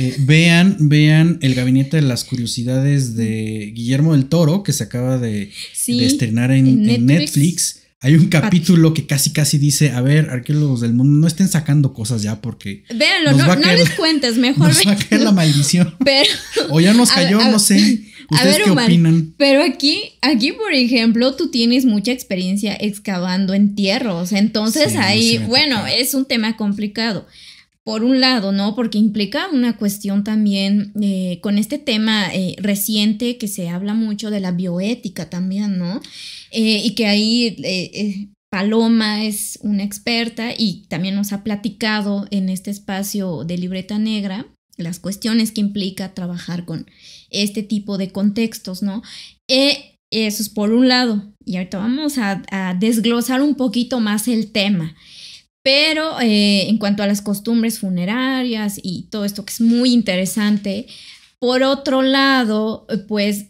vean el Gabinete de las Curiosidades de Guillermo del Toro, que se acaba de estrenar en Netflix. Hay un capítulo que casi dice, a ver, arqueólogos del mundo, no estén sacando cosas ya porque... Véanlo, no les cuentes, mejor. Nos va a caer la maldición. O ya nos cayó, no sé. ¿Ustedes qué opinan? Pero aquí, por ejemplo, tú tienes mucha experiencia excavando entierros. Entonces ahí, bueno, es un tema complicado. Por un lado, ¿no? Porque implica una cuestión también con este tema reciente que se habla mucho de la bioética también, ¿no? Y que ahí Paloma es una experta y también nos ha platicado en este espacio de Libreta Negra las cuestiones que implica trabajar con este tipo de contextos, ¿no? Eso es por un lado. Y ahorita vamos a desglosar un poquito más el tema. Pero en cuanto a las costumbres funerarias y todo esto que es muy interesante, por otro lado, pues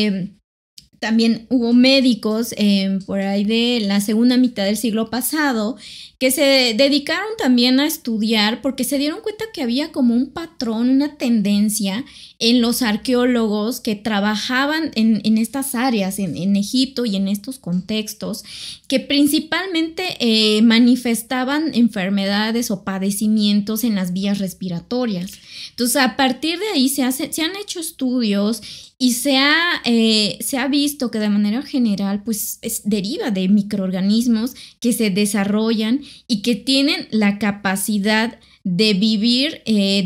también hubo médicos por ahí de la segunda mitad del siglo pasado que se dedicaron también a estudiar porque se dieron cuenta que había como un patrón, una tendencia en los arqueólogos que trabajaban en estas áreas, en Egipto y en estos contextos, que principalmente manifestaban enfermedades o padecimientos en las vías respiratorias. Entonces, a partir de ahí se han hecho estudios y se ha visto que de manera general pues deriva de microorganismos que se desarrollan y que tienen la capacidad de vivir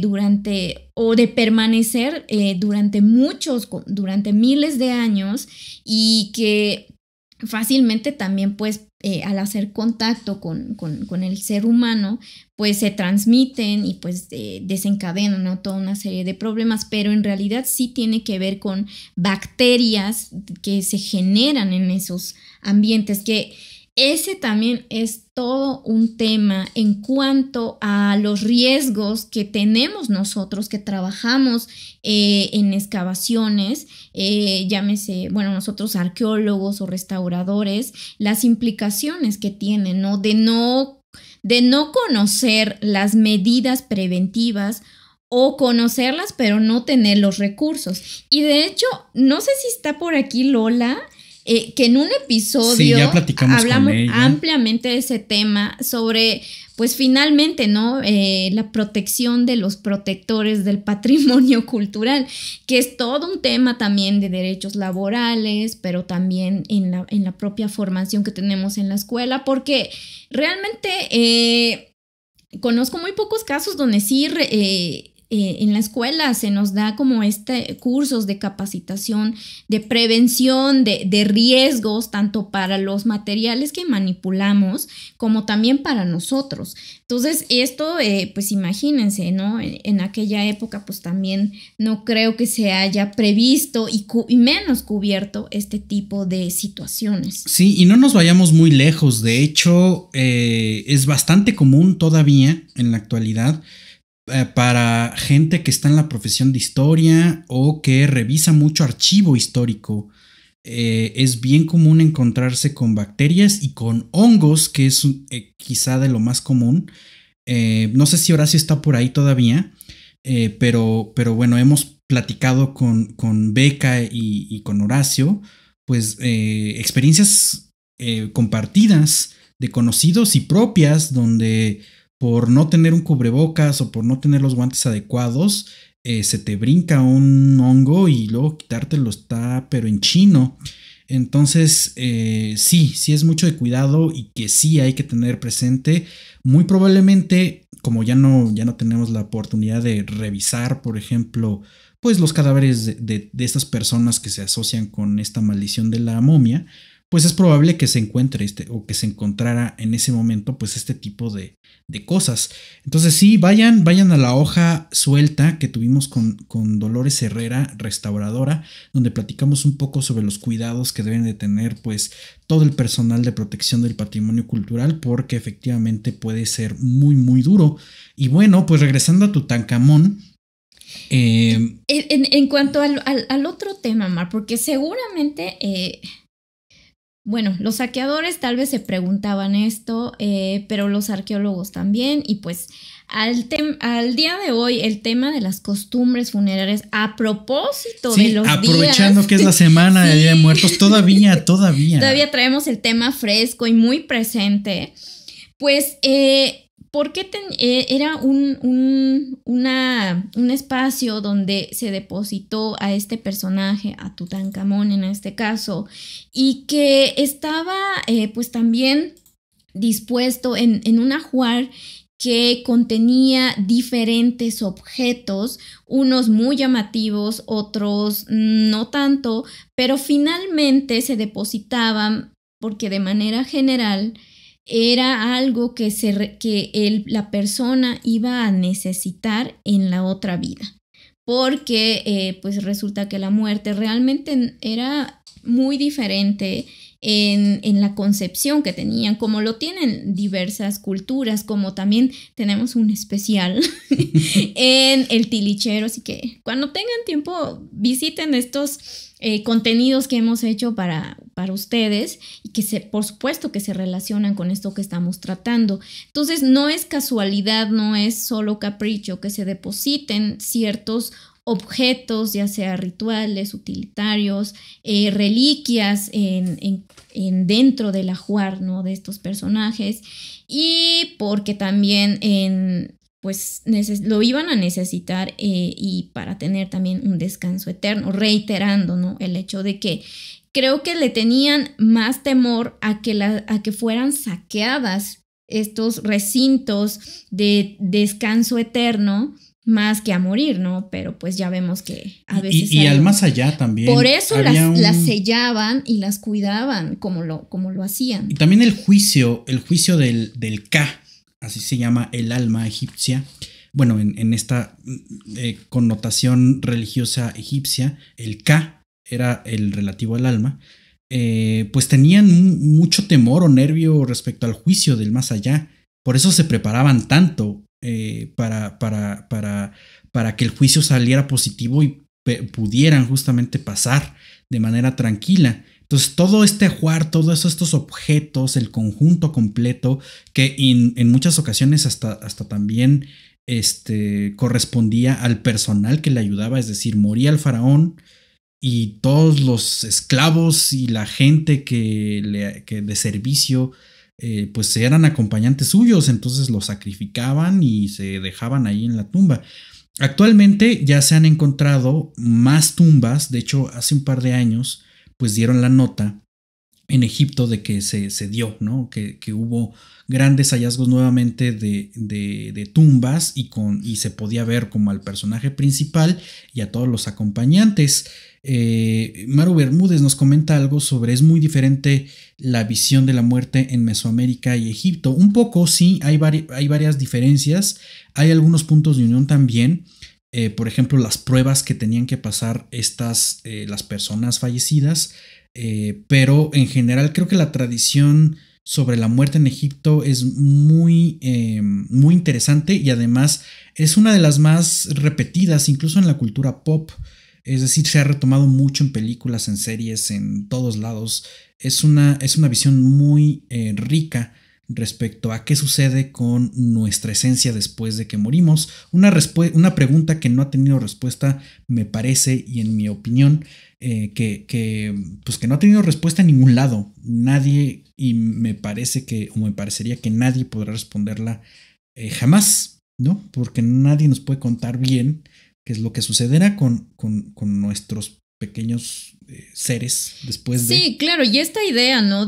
o de permanecer durante miles de años y que fácilmente también pues al hacer contacto con el ser humano, pues se transmiten y pues desencadenan, ¿no?, toda una serie de problemas, pero en realidad sí tiene que ver con bacterias que se generan en esos ambientes, que ese también es todo un tema en cuanto a los riesgos que tenemos nosotros que trabajamos en excavaciones, llámese, bueno, nosotros arqueólogos o restauradores, las implicaciones que tienen, ¿no? De no conocer las medidas preventivas o conocerlas pero no tener los recursos. Y de hecho, no sé si está por aquí Lola, que en un episodio sí, ya platicamos hablamos con ella ampliamente de ese tema sobre, pues finalmente, ¿no?, la protección de los protectores del patrimonio cultural, que es todo un tema también de derechos laborales, pero también en la propia formación que tenemos en la escuela, porque realmente conozco muy pocos casos donde sí en la escuela se nos da como cursos de capacitación, de prevención de riesgos, tanto para los materiales que manipulamos como también para nosotros. Entonces esto, pues imagínense, ¿no? En aquella época pues también no creo que se haya previsto y menos cubierto este tipo de situaciones. Sí, y no nos vayamos muy lejos. De hecho, es bastante común todavía en la actualidad para gente que está en la profesión de historia o que revisa mucho archivo histórico. Es bien común encontrarse con bacterias y con hongos, que es quizá de lo más común. No sé si Horacio está por ahí todavía, pero bueno, hemos platicado con Beca y con Horacio, pues experiencias compartidas de conocidos y propias, donde por no tener un cubrebocas o por no tener los guantes adecuados, se te brinca un hongo y luego quitártelo está pero en chino. Entonces sí es mucho de cuidado y que sí hay que tener presente. Muy probablemente, como ya no tenemos la oportunidad de revisar, por ejemplo, pues los cadáveres de estas personas que se asocian con esta maldición de la momia, pues es probable que se encuentre o que se encontrara en ese momento pues este tipo de cosas. Entonces sí, vayan a la hoja suelta que tuvimos con Dolores Herrera, restauradora, donde platicamos un poco sobre los cuidados que deben de tener pues todo el personal de protección del patrimonio cultural, porque efectivamente puede ser muy muy duro. Y bueno, pues regresando a Tutankamón, en cuanto al otro tema, Mar, porque seguramente bueno, los saqueadores tal vez se preguntaban esto, pero los arqueólogos también, y pues al día de hoy el tema de las costumbres funerarias, a propósito de los aprovechando días, que es la semana de Día de Muertos, todavía traemos el tema fresco y muy presente, pues porque era un espacio donde se depositó a este personaje, a Tutankamón en este caso, y que estaba pues también dispuesto en un ajuar que contenía diferentes objetos, unos muy llamativos, otros no tanto, pero finalmente se depositaban porque de manera general era algo que la persona iba a necesitar en la otra vida, porque pues resulta que la muerte realmente era muy diferente en la concepción que tenían, como lo tienen diversas culturas, como también tenemos un especial en el tilichero, así que cuando tengan tiempo visiten estos contenidos que hemos hecho para ustedes y que por supuesto que se relacionan con esto que estamos tratando. Entonces no es casualidad, no es solo capricho que se depositen ciertos objetos, ya sea rituales, utilitarios, reliquias dentro del ajuar, ¿no?, de estos personajes, y porque también pues lo iban a necesitar y para tener también un descanso eterno, reiterando, ¿no?, el hecho de que creo que le tenían más temor a que fueran saqueadas estos recintos de descanso eterno más que a morir, ¿no? Pero pues ya vemos que a veces... Y al más allá también. Por eso las sellaban y las cuidaban como lo hacían. Y también el juicio del Ka, así se llama el alma egipcia. Bueno, en esta connotación religiosa egipcia, el Ka era el relativo al alma. Pues tenían mucho temor o nervio respecto al juicio del más allá. Por eso se preparaban tanto para que el juicio saliera positivo y pudieran justamente pasar de manera tranquila. Entonces todo este ajuar, todos estos objetos, el conjunto completo, que en muchas ocasiones hasta también correspondía al personal que le ayudaba, es decir, moría el faraón y todos los esclavos y la gente que de servicio pues eran acompañantes suyos, entonces los sacrificaban y se dejaban ahí en la tumba. Actualmente ya se han encontrado más tumbas, de hecho hace un par de años pues dieron la nota en Egipto de que se dio, ¿no? Que hubo grandes hallazgos nuevamente de tumbas y se podía ver como al personaje principal y a todos los acompañantes. Maru Bermúdez nos comenta algo sobre es muy diferente la visión de la muerte en Mesoamérica y Egipto. Un poco, sí, hay varias diferencias, hay algunos puntos de unión también. Por ejemplo, las pruebas que tenían que pasar las personas fallecidas, pero en general creo que la tradición sobre la muerte en Egipto es muy interesante y además es una de las más repetidas incluso en la cultura pop. Es decir, se ha retomado mucho en películas, en series, en todos lados. Es una visión muy rica respecto a qué sucede con nuestra esencia después de que morimos. Una pregunta que no ha tenido respuesta, me parece, y en mi opinión, que no ha tenido respuesta en ningún lado. Nadie, y me parecería que nadie podrá responderla jamás, ¿no? Porque nadie nos puede contar bien qué es lo que sucederá con nuestros pequeños seres después de... Sí, claro, y esta idea, ¿no?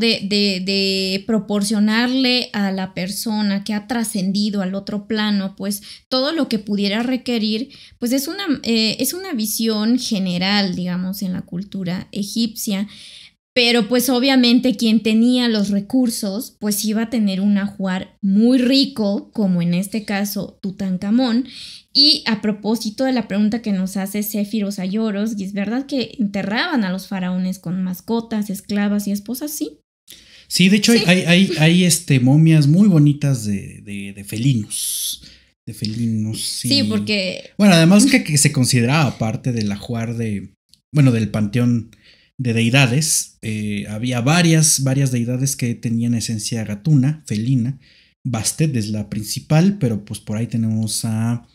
De proporcionarle a la persona que ha trascendido al otro plano, pues todo lo que pudiera requerir, pues es una visión general, digamos, en la cultura egipcia. Pero pues obviamente quien tenía los recursos pues iba a tener un ajuar muy rico, como en este caso Tutankamón. Y a propósito de la pregunta que nos hace Céfiros Ayoros, ¿y es verdad que enterraban a los faraones con mascotas, esclavas y esposas? Sí. Sí, de hecho sí. Hay momias muy bonitas de felinos. De felinos. Sí, porque... Bueno, además que se consideraba parte del ajuar del panteón de deidades. Había varias deidades que tenían esencia gatuna, felina. Bastet es la principal, pero pues por ahí tenemos a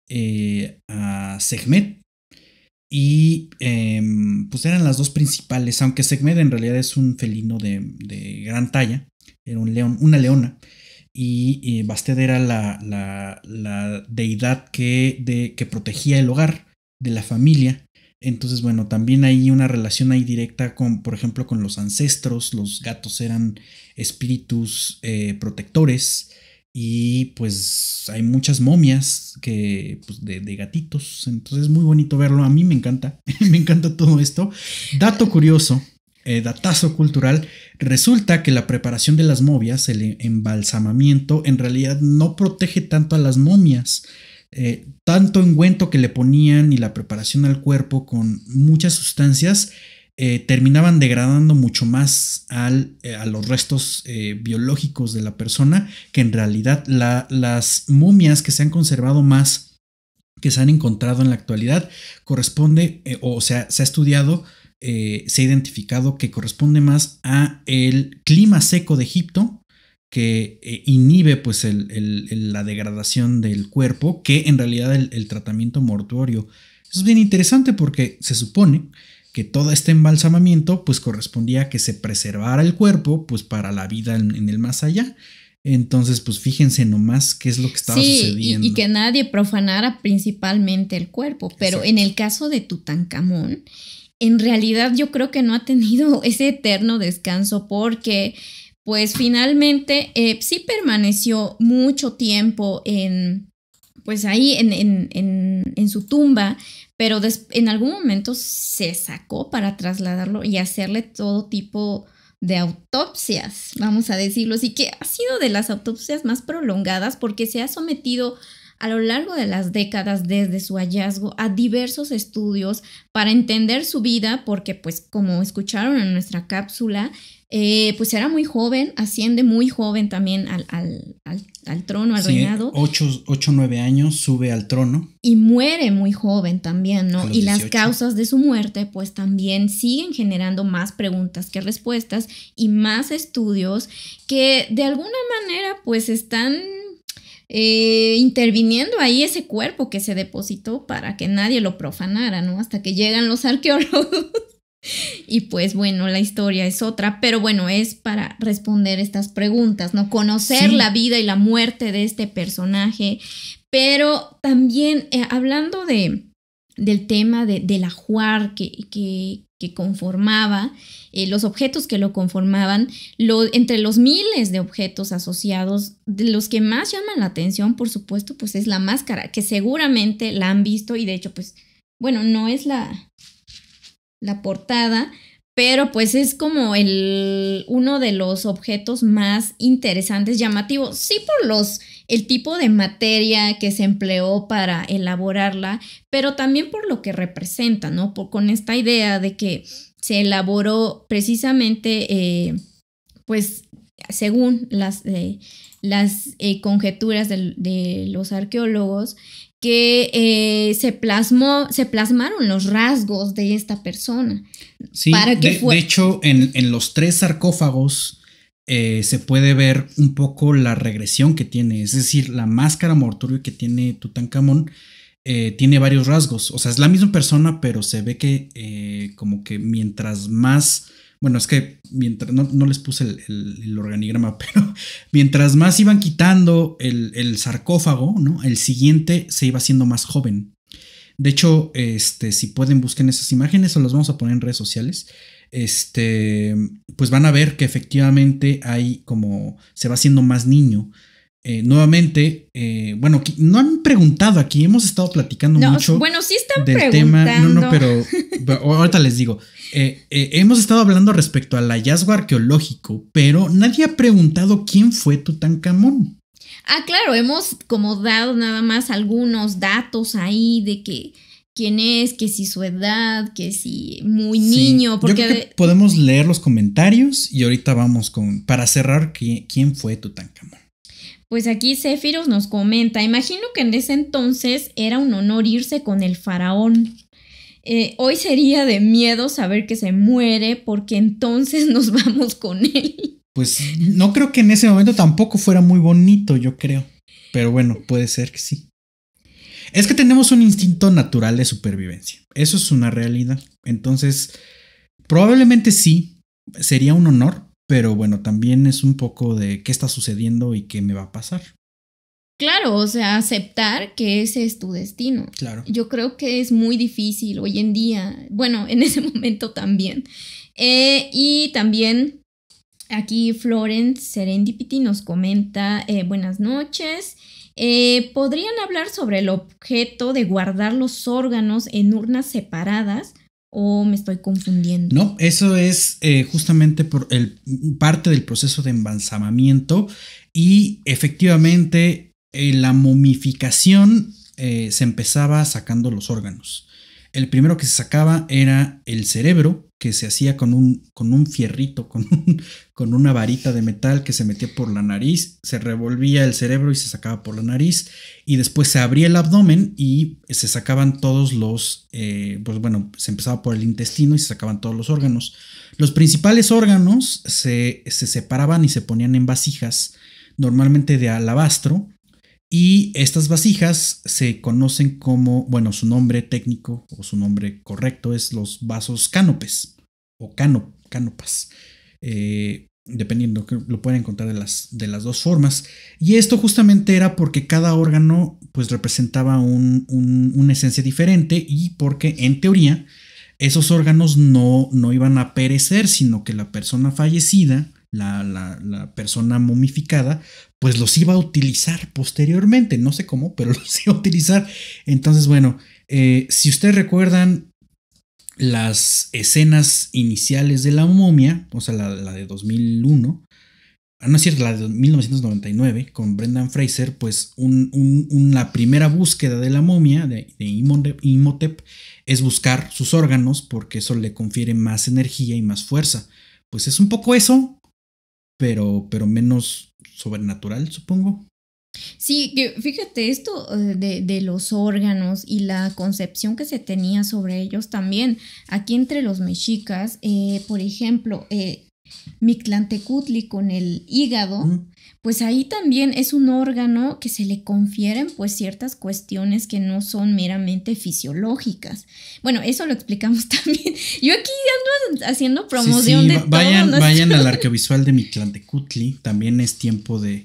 Sekhmet y pues eran las dos principales, aunque Sekhmet en realidad es un felino de gran talla, era un león, una leona, y Bastet era la deidad que protegía el hogar de la familia. Entonces, bueno, también hay una relación ahí directa con, por ejemplo, con los ancestros. Los gatos eran espíritus protectores y pues hay muchas momias pues, de gatitos. Entonces es muy bonito verlo. A mí me encanta, me encanta todo esto. Dato curioso, datazo cultural. Resulta que la preparación de las momias, el embalsamamiento, en realidad no protege tanto a las momias. Tanto ungüento que le ponían y la preparación al cuerpo con muchas sustancias terminaban degradando mucho más a los restos biológicos de la persona, que en realidad las momias que se han conservado más, que se han encontrado en la actualidad, corresponde, se ha estudiado, se ha identificado que corresponde más a el clima seco de Egipto, que inhibe pues la degradación del cuerpo, que en realidad el tratamiento mortuorio. Eso es bien interesante porque se supone que todo este embalsamamiento pues correspondía a que se preservara el cuerpo pues para la vida en el más allá. Entonces pues fíjense nomás qué es lo que estaba sucediendo. Y que nadie profanara principalmente el cuerpo, pero exacto. En el caso de Tutankamón, en realidad yo creo que no ha tenido ese eterno descanso porque pues finalmente sí permaneció mucho tiempo en pues ahí en su tumba, pero en algún momento se sacó para trasladarlo y hacerle todo tipo de autopsias, vamos a decirlo así, que ha sido de las autopsias más prolongadas porque se ha sometido a lo largo de las décadas desde su hallazgo a diversos estudios para entender su vida, porque pues como escucharon en nuestra cápsula, pues era muy joven, asciende muy joven también al trono, al reinado. 8 o 9 años sube al trono. Y muere muy joven también, ¿no? Y 18. las causas de su muerte pues también siguen generando más preguntas que respuestas y más estudios que de alguna manera pues están interviniendo ahí ese cuerpo que se depositó para que nadie lo profanara, ¿no? Hasta que llegan los arqueólogos. Y pues bueno, la historia es otra, pero bueno, es para responder estas preguntas, ¿no? Conocer la vida y la muerte de este personaje, pero también hablando del tema del ajuar que conformaba, los objetos que lo conformaban, entre los miles de objetos asociados, de los que más llaman la atención, por supuesto, pues es la máscara, que seguramente la han visto y de hecho, pues, bueno, no es la portada, pero pues es como uno de los objetos más interesantes, llamativos, sí por el tipo de materia que se empleó para elaborarla, pero también por lo que representa, ¿no? Con esta idea de que se elaboró precisamente, pues según las conjeturas de los arqueólogos, que se plasmaron los rasgos de esta persona. Sí, de hecho, en los 3 sarcófagos se puede ver un poco la regresión que tiene, es decir, la máscara mortuoria que tiene Tutankamón tiene varios rasgos, o sea, es la misma persona, pero se ve que como que mientras más... Bueno, es que mientras no les puse el organigrama, pero mientras más iban quitando el sarcófago, ¿no? El siguiente se iba haciendo más joven. De hecho, si pueden busquen esas imágenes, o las vamos a poner en redes sociales. Pues van a ver que efectivamente hay como se va haciendo más niño. Nuevamente, bueno, no han preguntado aquí, hemos estado platicando mucho. Bueno, sí están del preguntando. Tema. No, pero ahorita les digo. Hemos estado hablando respecto al hallazgo arqueológico, pero nadie ha preguntado quién fue Tutankamón. Ah, claro, hemos como dado nada más algunos datos ahí de que quién es, que si su edad, que si muy niño. Porque yo creo que podemos leer los comentarios y ahorita vamos para cerrar quién fue Tutankamón. Pues aquí Céfiros nos comenta, imagino que en ese entonces era un honor irse con el faraón. Hoy sería de miedo saber que se muere porque entonces nos vamos con él. Pues no creo que en ese momento tampoco fuera muy bonito, yo creo. Pero bueno, puede ser que sí. Es que tenemos un instinto natural de supervivencia. Eso es una realidad. Entonces, probablemente sí, sería un honor. Pero bueno, también es un poco de qué está sucediendo y qué me va a pasar. Claro, o sea, aceptar que ese es tu destino. Claro. Yo creo que es muy difícil hoy en día. Bueno, en ese momento también. Y también aquí Florence Serendipity nos comenta, buenas noches. ¿Podrían hablar sobre el objeto de guardar los órganos en urnas separadas? ¿O me estoy confundiendo? No, eso es justamente parte del proceso de embalsamamiento y efectivamente la momificación se empezaba sacando los órganos. El primero que se sacaba era el cerebro, que se hacía con un fierrito, con una varita de metal que se metía por la nariz, se revolvía el cerebro y se sacaba por la nariz, y después se abría el abdomen y se sacaban todos los, pues bueno, se empezaba por el intestino y se sacaban todos los órganos. Los principales órganos se separaban y se ponían en vasijas, normalmente de alabastro, y estas vasijas se conocen como, bueno, su nombre técnico o su nombre correcto es los vasos cánopes o cánopas, dependiendo, que lo pueden encontrar de las dos formas. Y esto justamente era porque cada órgano pues representaba una esencia diferente y porque en teoría esos órganos no iban a perecer, sino que la persona fallecida la persona momificada, pues los iba a utilizar posteriormente, no sé cómo, pero los iba a utilizar. Entonces, bueno, si ustedes recuerdan las escenas iniciales de la momia, o sea, la de 2001, no es cierto, la de 1999 con Brendan Fraser, pues la primera búsqueda de la momia de Imhotep es buscar sus órganos porque eso le confiere más energía y más fuerza. Pues es un poco eso, pero menos sobrenatural, supongo. Sí, que fíjate, esto de los órganos y la concepción que se tenía sobre ellos también, aquí entre los mexicas, por ejemplo, Mictlantecutli con el hígado, pues ahí también es un órgano que se le confieren pues ciertas cuestiones que no son meramente fisiológicas. Bueno, eso lo explicamos también. Yo aquí ando haciendo promoción de vayan al arqueovisual de Mictlantecutli, también es tiempo de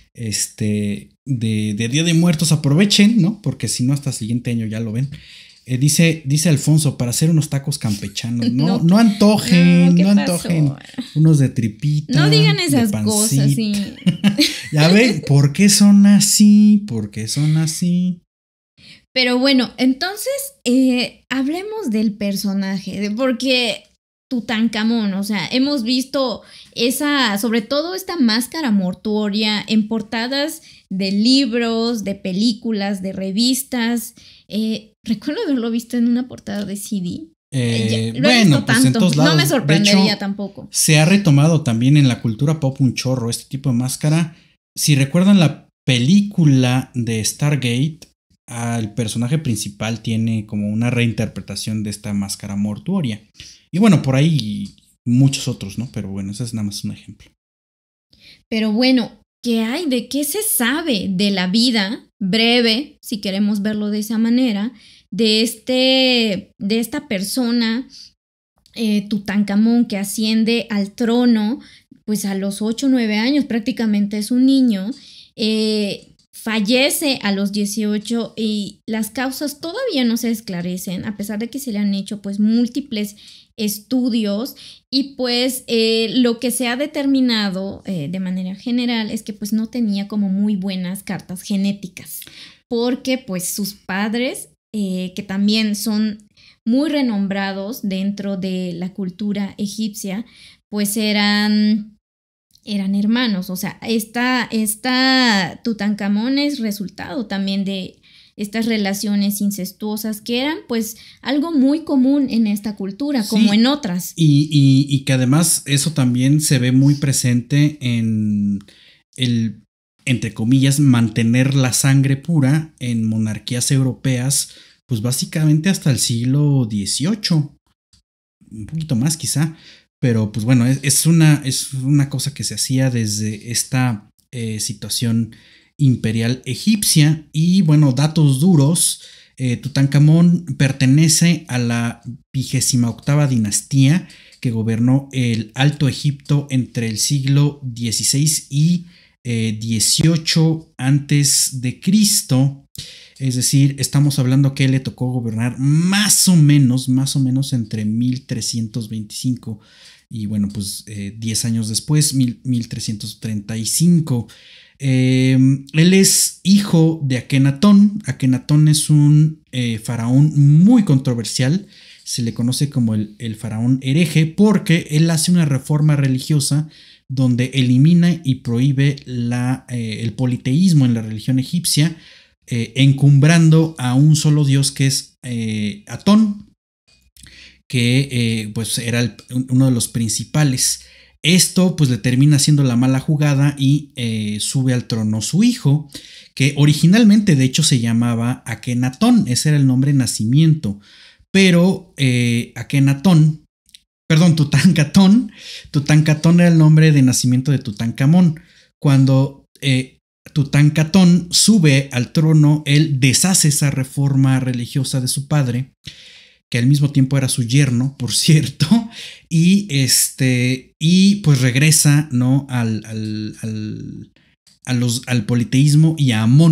Día de Muertos, aprovechen, ¿no? Porque si no hasta el siguiente año ya lo ven. Dice Alfonso, para hacer unos tacos campechanos. No antojen, no antojen unos de tripita. No digan esas cosas, sí. Ya ven, ¿por qué son así? ¿Por qué son así? Pero bueno, entonces hablemos del personaje, porque Tutankamón, o sea, hemos visto sobre todo esta máscara mortuoria en portadas de libros, de películas, de revistas. Recuerdo haberlo visto en una portada de CD. Bueno, pues en todos lados. No me sorprendería de hecho, tampoco. Se ha retomado también en la cultura pop un chorro este tipo de máscara. Si recuerdan la película de Stargate, el personaje principal tiene como una reinterpretación de esta máscara mortuoria. Y bueno, por ahí muchos otros, ¿no? Pero bueno, ese es nada más un ejemplo. Pero bueno, ¿qué hay? ¿De qué se sabe de la vida breve, si queremos verlo de esa manera, de esta persona, Tutankamón, que asciende al trono pues a los 8 o 9 años, prácticamente es un niño, fallece a los 18 y las causas todavía no se esclarecen, a pesar de que se le han hecho pues múltiples estudios y pues lo que se ha determinado de manera general es que pues no tenía como muy buenas cartas genéticas, porque pues sus padres, que también son muy renombrados dentro de la cultura egipcia, pues eran hermanos. O sea, esta Tutankamón es resultado también de estas relaciones incestuosas que eran pues algo muy común en esta cultura, sí, como en otras. Y que además eso también se ve muy presente en el, entre comillas, mantener la sangre pura en monarquías europeas, pues básicamente hasta el siglo XVIII, un poquito más quizá, pero pues bueno, es una cosa que se hacía desde esta situación imperial egipcia. Y bueno, datos duros, Tutankamón pertenece a la 28ª dinastía que gobernó el Alto Egipto entre el siglo XVI y 18 antes de Cristo. Es decir, estamos hablando que le tocó gobernar más o menos entre 1325 y bueno, pues 10 años después, 1335. Él es hijo de Akenatón. Akenatón es un faraón muy controversial. Se le conoce como el faraón hereje porque él hace una reforma religiosa donde elimina y prohíbe el politeísmo en la religión egipcia, encumbrando a un solo dios que es Atón, que pues era uno de los principales. Esto pues le termina haciendo la mala jugada y sube al trono su hijo, que originalmente de hecho se llamaba Akenatón, ese era el nombre de nacimiento, pero Tutankamón era el nombre de nacimiento de Tutankamón. Cuando Tutankamón sube al trono, él deshace esa reforma religiosa de su padre, que al mismo tiempo era su yerno, por cierto, y pues regresa, ¿no?, al politeísmo y a Amón.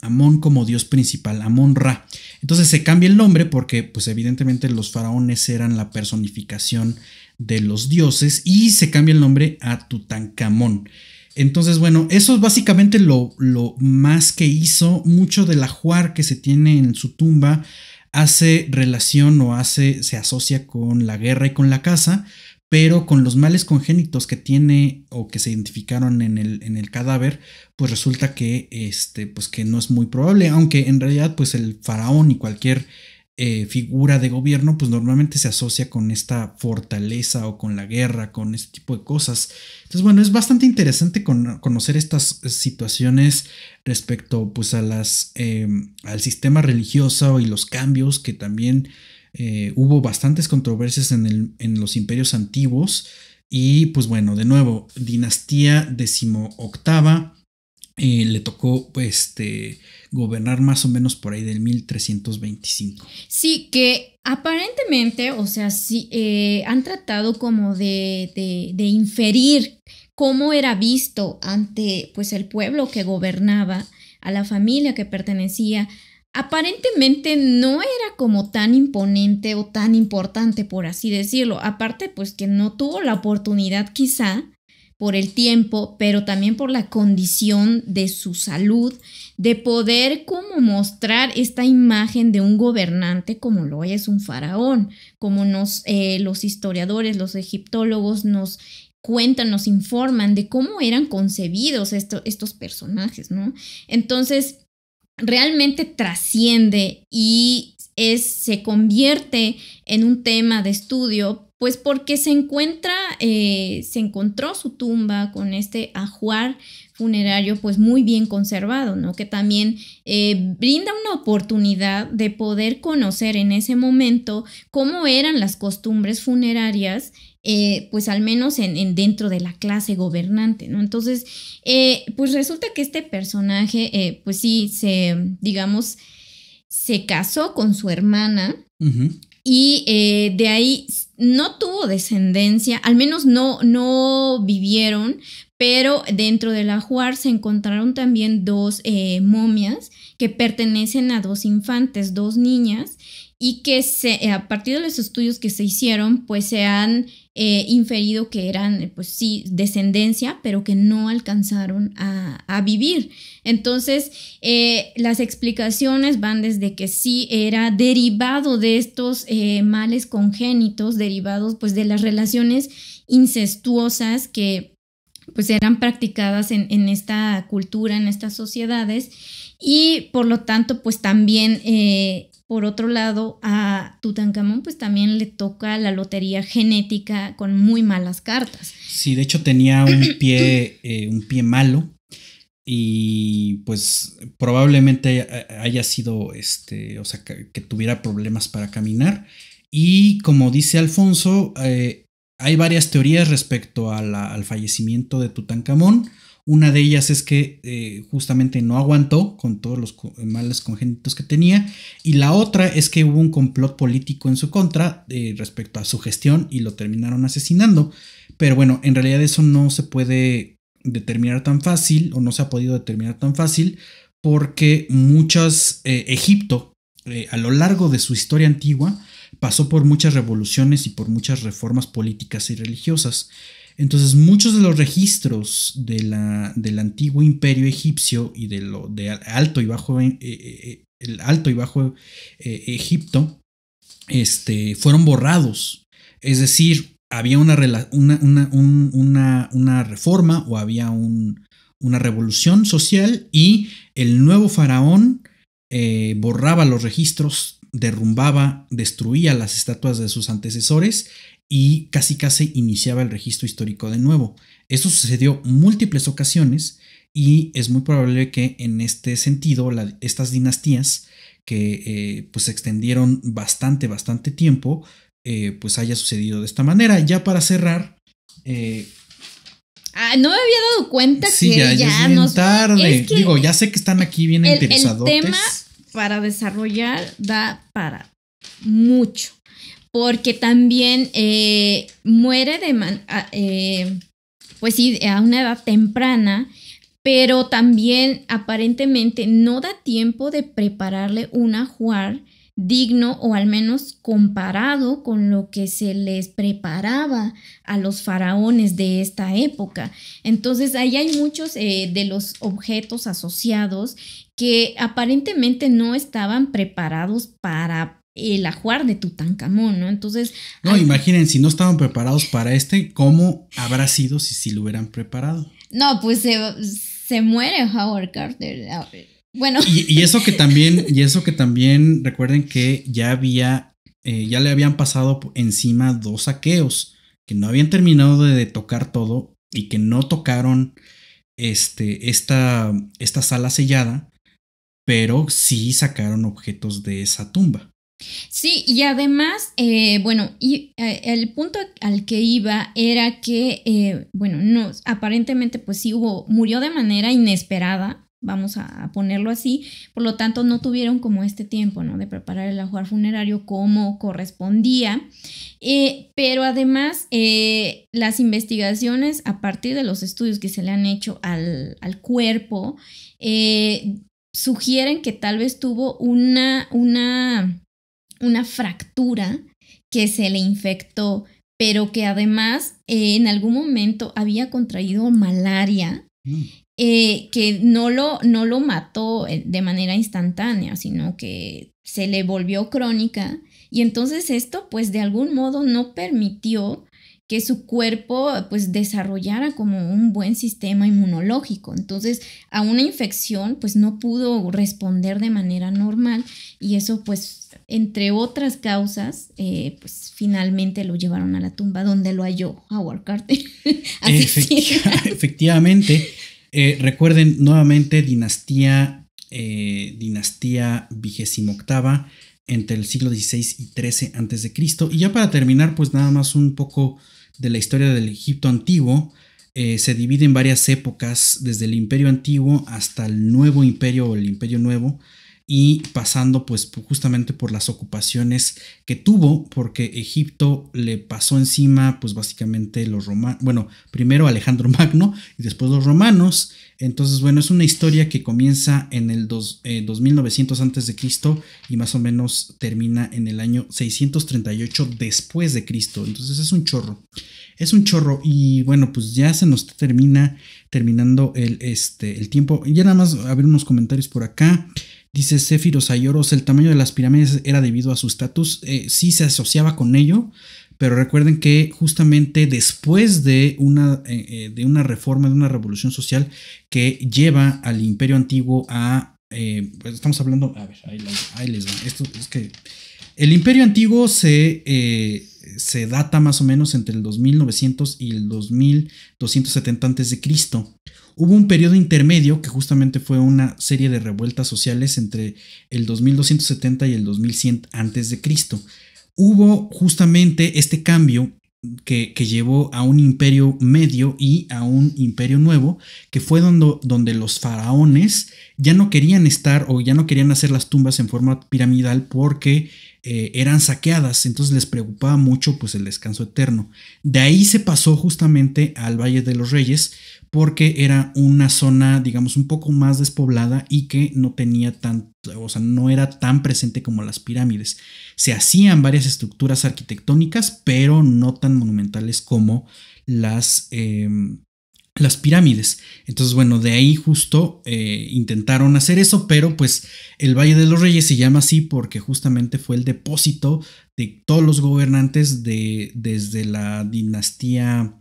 Amón como dios principal, Amón-Ra. Entonces se cambia el nombre porque pues evidentemente los faraones eran la personificación de los dioses y se cambia el nombre a Tutankamón. Entonces, bueno, eso es básicamente lo más que hizo. Mucho del ajuar que se tiene en su tumba hace relación o se asocia con la guerra y con la caza, pero con los males congénitos que tiene o que se identificaron en el cadáver, pues resulta que pues que no es muy probable, aunque en realidad pues el faraón y cualquier figura de gobierno pues normalmente se asocia con esta fortaleza o con la guerra, con este tipo de cosas. Entonces, bueno, es bastante interesante conocer estas situaciones respecto pues al sistema religioso y los cambios que también hubo bastantes controversias en los imperios antiguos. Y pues bueno, de nuevo, dinastía 18ª, le tocó gobernar más o menos por ahí del 1325. Sí, que aparentemente, o sea, sí, han tratado como de inferir cómo era visto ante pues el pueblo que gobernaba, a la familia que pertenecía. Aparentemente no era como tan imponente o tan importante, por así decirlo. Aparte, pues que no tuvo la oportunidad quizá por el tiempo, pero también por la condición de su salud, de poder como mostrar esta imagen de un gobernante como lo es un faraón, como los historiadores, los egiptólogos nos cuentan, nos informan de cómo eran concebidos estos personajes, ¿no? Entonces, realmente trasciende y se convierte en un tema de estudio, pues porque se encontró su tumba con este ajuar funerario pues muy bien conservado, ¿no? Que también brinda una oportunidad de poder conocer en ese momento cómo eran las costumbres funerarias, pues al menos dentro de la clase gobernante, ¿no? Entonces, pues resulta que este personaje, pues sí, se casó con su hermana. Uh-huh. Y de ahí no tuvo descendencia, al menos no vivieron, pero dentro del ajuar se encontraron también dos momias que pertenecen a dos infantes, dos niñas, y que a partir de los estudios que se hicieron, pues se han inferido que eran, pues sí, descendencia, pero que no alcanzaron a vivir. Entonces, las explicaciones van desde que sí era derivado de estos males congénitos, derivados pues de las relaciones incestuosas que pues eran practicadas en esta cultura, en estas sociedades, y por lo tanto, pues también por otro lado, a Tutankamón pues también le toca la lotería genética con muy malas cartas. Sí, de hecho tenía un pie malo y pues probablemente haya sido, o sea, que tuviera problemas para caminar. Y como dice Alfonso, hay varias teorías respecto al fallecimiento de Tutankamón. Una de ellas es que justamente no aguantó con todos los males congénitos que tenía, y la otra es que hubo un complot político en su contra respecto a su gestión y lo terminaron asesinando. Pero bueno, en realidad eso no se puede determinar tan fácil, o no se ha podido determinar tan fácil, porque Egipto a lo largo de su historia antigua pasó por muchas revoluciones y por muchas reformas políticas y religiosas. Entonces, muchos de los registros del antiguo imperio egipcio y de Alto y Bajo Egipto fueron borrados. Es decir, había una reforma o había una revolución social, y el nuevo faraón borraba los registros, derrumbaba, destruía las estatuas de sus antecesores y casi iniciaba el registro histórico de nuevo. Esto sucedió múltiples ocasiones, y es muy probable que en este sentido estas dinastías que pues se extendieron bastante tiempo, pues haya sucedido de esta manera. Ya para cerrar, no me había dado cuenta sí, que ya es bien tarde. Es que digo, ya sé que están aquí bien interesados. El tema para desarrollar da para mucho, porque también muere pues sí, a una edad temprana, pero también aparentemente no da tiempo de prepararle un ajuar digno o al menos comparado con lo que se les preparaba a los faraones de esta época. Entonces ahí hay muchos de los objetos asociados que aparentemente no estaban preparados para el ajuar de Tutankamón, ¿no? Entonces... No, imaginen, si no estaban preparados para ¿cómo habrá sido si lo hubieran preparado? No, pues se muere Howard Carter. Bueno. Y eso que también recuerden que ya le habían pasado encima 2 saqueos que no habían terminado de tocar todo y que no tocaron esta sala sellada, pero sí sacaron objetos de esa tumba. Sí, y además, el punto al que iba era que, aparentemente pues sí murió de manera inesperada, vamos a ponerlo así, por lo tanto no tuvieron como este tiempo, ¿no? De preparar el ajuar funerario como correspondía, pero además las investigaciones a partir de los estudios que se le han hecho al cuerpo sugieren que tal vez tuvo una fractura que se le infectó, pero que además en algún momento había contraído malaria, que no lo mató de manera instantánea, sino que se le volvió crónica, y entonces esto pues de algún modo no permitió que su cuerpo pues desarrollara como un buen sistema inmunológico. Entonces a una infección pues no pudo responder de manera normal, y eso pues entre otras causas pues finalmente lo llevaron a la tumba donde lo halló Howard Carter. Efectivamente. Recuerden nuevamente dinastía 28ª entre el siglo XVI y XIII a.C. Y ya para terminar, pues nada más un poco de la historia del Egipto antiguo. Se divide en varias épocas, desde el Imperio Antiguo hasta el Nuevo Imperio o el Imperio Nuevo, y pasando pues justamente por las ocupaciones que tuvo, porque Egipto le pasó encima pues básicamente los romanos, primero Alejandro Magno y después los romanos. Entonces es una historia que comienza en el 2900 a.C. y más o menos termina en el año 638 después de Cristo. Entonces es un chorro y pues ya se nos terminando el tiempo. Ya nada más a ver unos comentarios por acá. Dice Céfiros Ayoros, el tamaño de las pirámides era debido a su estatus. Sí se asociaba con ello, pero recuerden que justamente después de una reforma, de una revolución social que lleva al Imperio Antiguo a... pues estamos hablando... A ver, ahí les va. Esto es que el Imperio Antiguo se data más o menos entre el 2900 y el 2270 a.C. Hubo un periodo intermedio que justamente fue una serie de revueltas sociales entre el 2270 y el 2100 a.C. Hubo justamente este cambio que llevó a un imperio medio y a un imperio nuevo, que fue donde los faraones ya no querían estar o ya no querían hacer las tumbas en forma piramidal porque eran saqueadas, entonces les preocupaba mucho pues el descanso eterno. De ahí se pasó justamente al Valle de los Reyes, porque era una zona, digamos, un poco más despoblada y que no tenía no era tan presente como las pirámides. Se hacían varias estructuras arquitectónicas, pero no tan monumentales como las pirámides. Entonces, de ahí justo intentaron hacer eso, pero pues el Valle de los Reyes se llama así porque justamente fue el depósito de todos los gobernantes desde la dinastía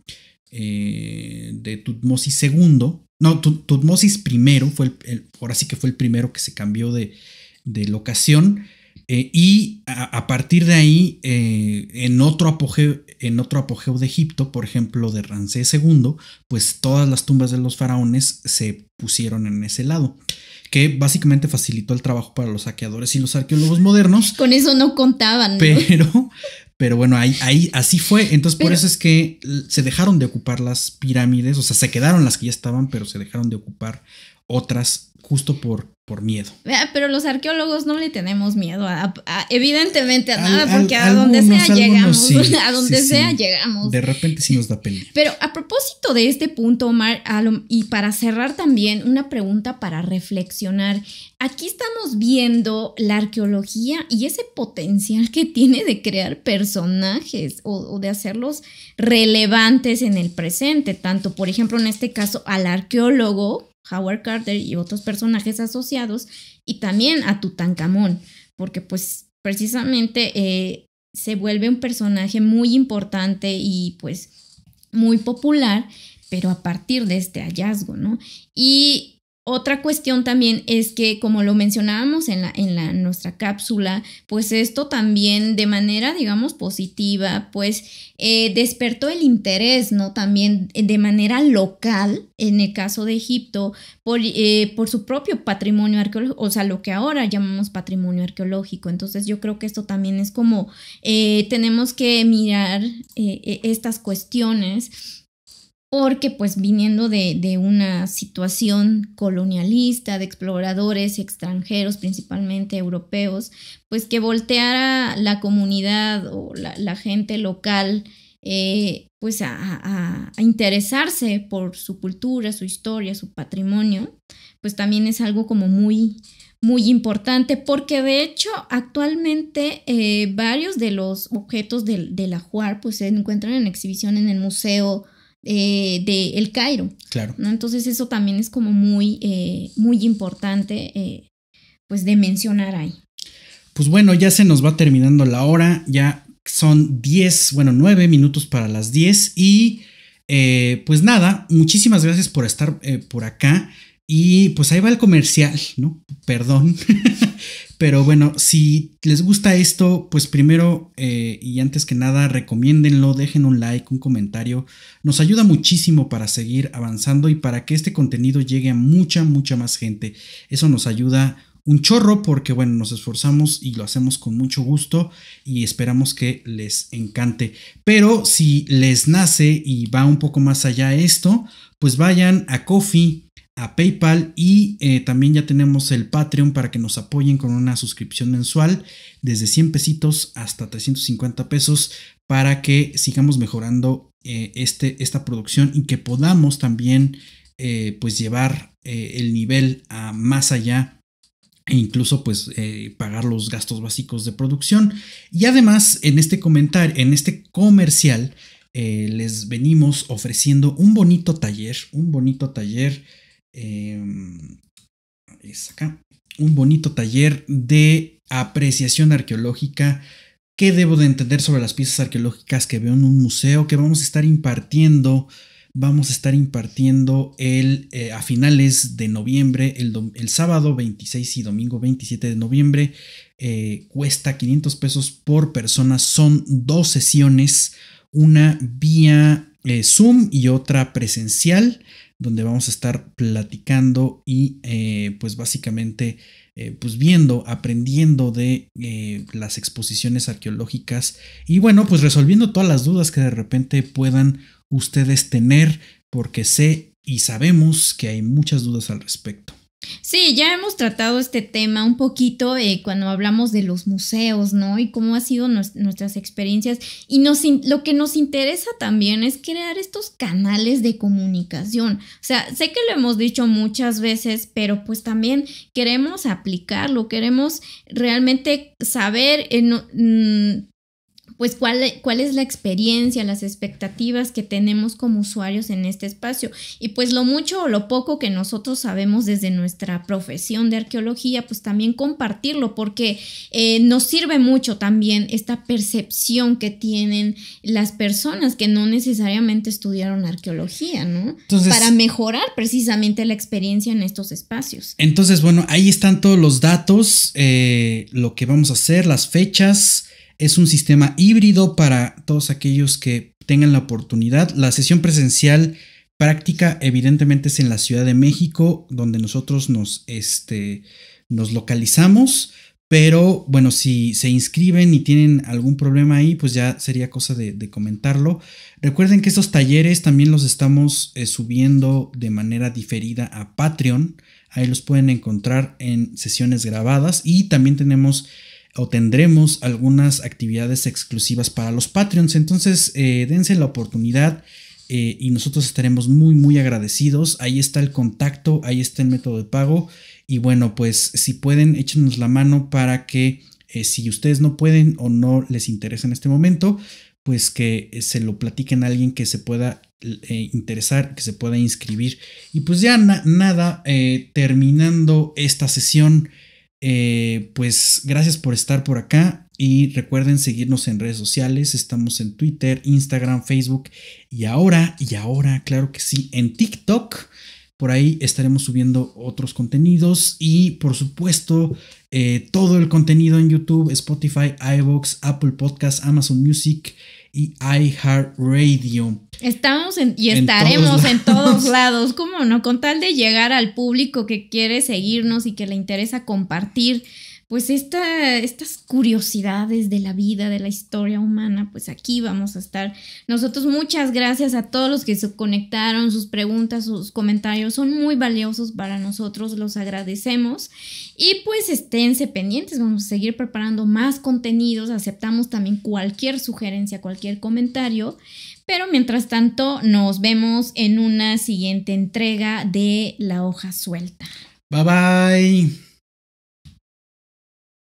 de Tutmosis II. No, Tutmosis I fue ahora sí que fue el primero que se cambió de locación, y a partir de ahí en otro apogeo de Egipto, por ejemplo de Ramsés II, pues todas las tumbas de los faraones se pusieron en ese lado, que básicamente facilitó el trabajo para los saqueadores y los arqueólogos modernos. Con eso no contaban, ¿no? Pero ahí así fue. Entonces por eso es que se dejaron de ocupar las pirámides, o sea, se quedaron las que ya estaban, pero se dejaron de ocupar otras justo por por miedo. Pero los arqueólogos no le tenemos miedo evidentemente a nada, porque a donde sea llegamos, sí, a donde sea llegamos. De repente sí nos da pena. Pero a propósito de este punto, Omar, y para cerrar también una pregunta para reflexionar. Aquí estamos viendo la arqueología y ese potencial que tiene de crear personajes o de hacerlos relevantes en el presente, tanto por ejemplo en este caso al arqueólogo Howard Carter y otros personajes asociados, y también a Tutankamón, porque pues precisamente se vuelve un personaje muy importante y pues muy popular, pero a partir de este hallazgo, ¿no? Y otra cuestión también es que, como lo mencionábamos en nuestra cápsula, pues esto también de manera, digamos, positiva, pues despertó el interés, ¿no? También de manera local, en el caso de Egipto, por su propio patrimonio arqueológico, o sea, lo que ahora llamamos patrimonio arqueológico. Entonces yo creo que esto también es como, tenemos que mirar estas cuestiones, porque pues viniendo de una situación colonialista, de exploradores extranjeros, principalmente europeos, pues que volteara la comunidad o la gente local pues a interesarse por su cultura, su historia, su patrimonio, pues también es algo como muy, muy importante, porque de hecho actualmente varios de los objetos del ajuar pues se encuentran en exhibición en el Museo de El Cairo. Claro. ¿No? Entonces eso también es como muy, muy importante pues de mencionar ahí. Pues bueno, ya se nos va terminando la hora, ya son 9 minutos para las 10 y pues nada, muchísimas gracias por estar por acá y pues ahí va el comercial, ¿no? Perdón. Pero bueno, si les gusta esto, pues primero y antes que nada, recomiéndenlo, dejen un like, un comentario. Nos ayuda muchísimo para seguir avanzando y para que este contenido llegue a mucha más gente. Eso nos ayuda un chorro porque, bueno, nos esforzamos y lo hacemos con mucho gusto y esperamos que les encante. Pero si les nace y va un poco más allá esto, pues vayan a Ko-fi, a PayPal y también ya tenemos el Patreon para que nos apoyen con una suscripción mensual desde 100 pesitos hasta 350 pesos para que sigamos mejorando esta producción y que podamos también pues llevar el nivel a más allá e incluso pues pagar los gastos básicos de producción. Y además en este comercial les venimos ofreciendo un bonito taller es acá, un bonito taller de apreciación arqueológica. ¿Qué debo de entender sobre las piezas arqueológicas que veo en un museo? Que vamos a estar impartiendo a finales de noviembre, el sábado 26 y domingo 27 de noviembre. Cuesta 500 pesos por persona. Son 2 sesiones, una vía Zoom y otra presencial, donde vamos a estar platicando y pues básicamente pues viendo, aprendiendo de las exposiciones arqueológicas y bueno, pues resolviendo todas las dudas que de repente puedan ustedes tener, porque sé y sabemos que hay muchas dudas al respecto. Sí, ya hemos tratado este tema un poquito cuando hablamos de los museos, ¿no? Y cómo han sido nuestras experiencias. Y lo que nos interesa también es crear estos canales de comunicación. O sea, sé que lo hemos dicho muchas veces, pero pues también queremos aplicarlo, queremos realmente saber pues cuál es la experiencia, las expectativas que tenemos como usuarios en este espacio. Y pues lo mucho o lo poco que nosotros sabemos desde nuestra profesión de arqueología, pues también compartirlo, porque nos sirve mucho también esta percepción que tienen las personas que no necesariamente estudiaron arqueología, ¿no? Entonces, para mejorar precisamente la experiencia en estos espacios. Entonces, bueno, ahí están todos los datos, lo que vamos a hacer, las fechas. Es un sistema híbrido para todos aquellos que tengan la oportunidad. La sesión presencial práctica evidentemente es en la Ciudad de México, donde nosotros nos localizamos. Pero bueno, si se inscriben y tienen algún problema ahí, pues ya sería cosa de comentarlo. Recuerden que estos talleres también los estamos subiendo de manera diferida a Patreon. Ahí los pueden encontrar en sesiones grabadas y también tendremos algunas actividades exclusivas para los Patreons. Entonces dense la oportunidad y nosotros estaremos muy muy agradecidos. Ahí está el contacto, ahí está el método de pago y bueno, pues si pueden échenos la mano para que si ustedes no pueden o no les interesa en este momento, pues que se lo platiquen a alguien que se pueda interesar, que se pueda inscribir. Y pues ya nada, terminando esta sesión, pues gracias por estar por acá y recuerden seguirnos en redes sociales. Estamos en Twitter, Instagram, Facebook y ahora, claro que sí, en TikTok. Por ahí estaremos subiendo otros contenidos y por supuesto todo el contenido en YouTube, Spotify, iVoox, Apple Podcasts, Amazon Music y iHeartRadio. Estamos estaremos en todos lados, ¿cómo no? Con tal de llegar al público que quiere seguirnos y que le interesa compartir pues estas curiosidades de la vida, de la historia humana, pues aquí vamos a estar nosotros. Muchas gracias a todos los que se conectaron, sus preguntas, sus comentarios son muy valiosos para nosotros, los agradecemos y pues esténse pendientes, vamos a seguir preparando más contenidos, aceptamos también cualquier sugerencia, cualquier comentario, pero mientras tanto nos vemos en una siguiente entrega de La Hoja Suelta. Bye bye.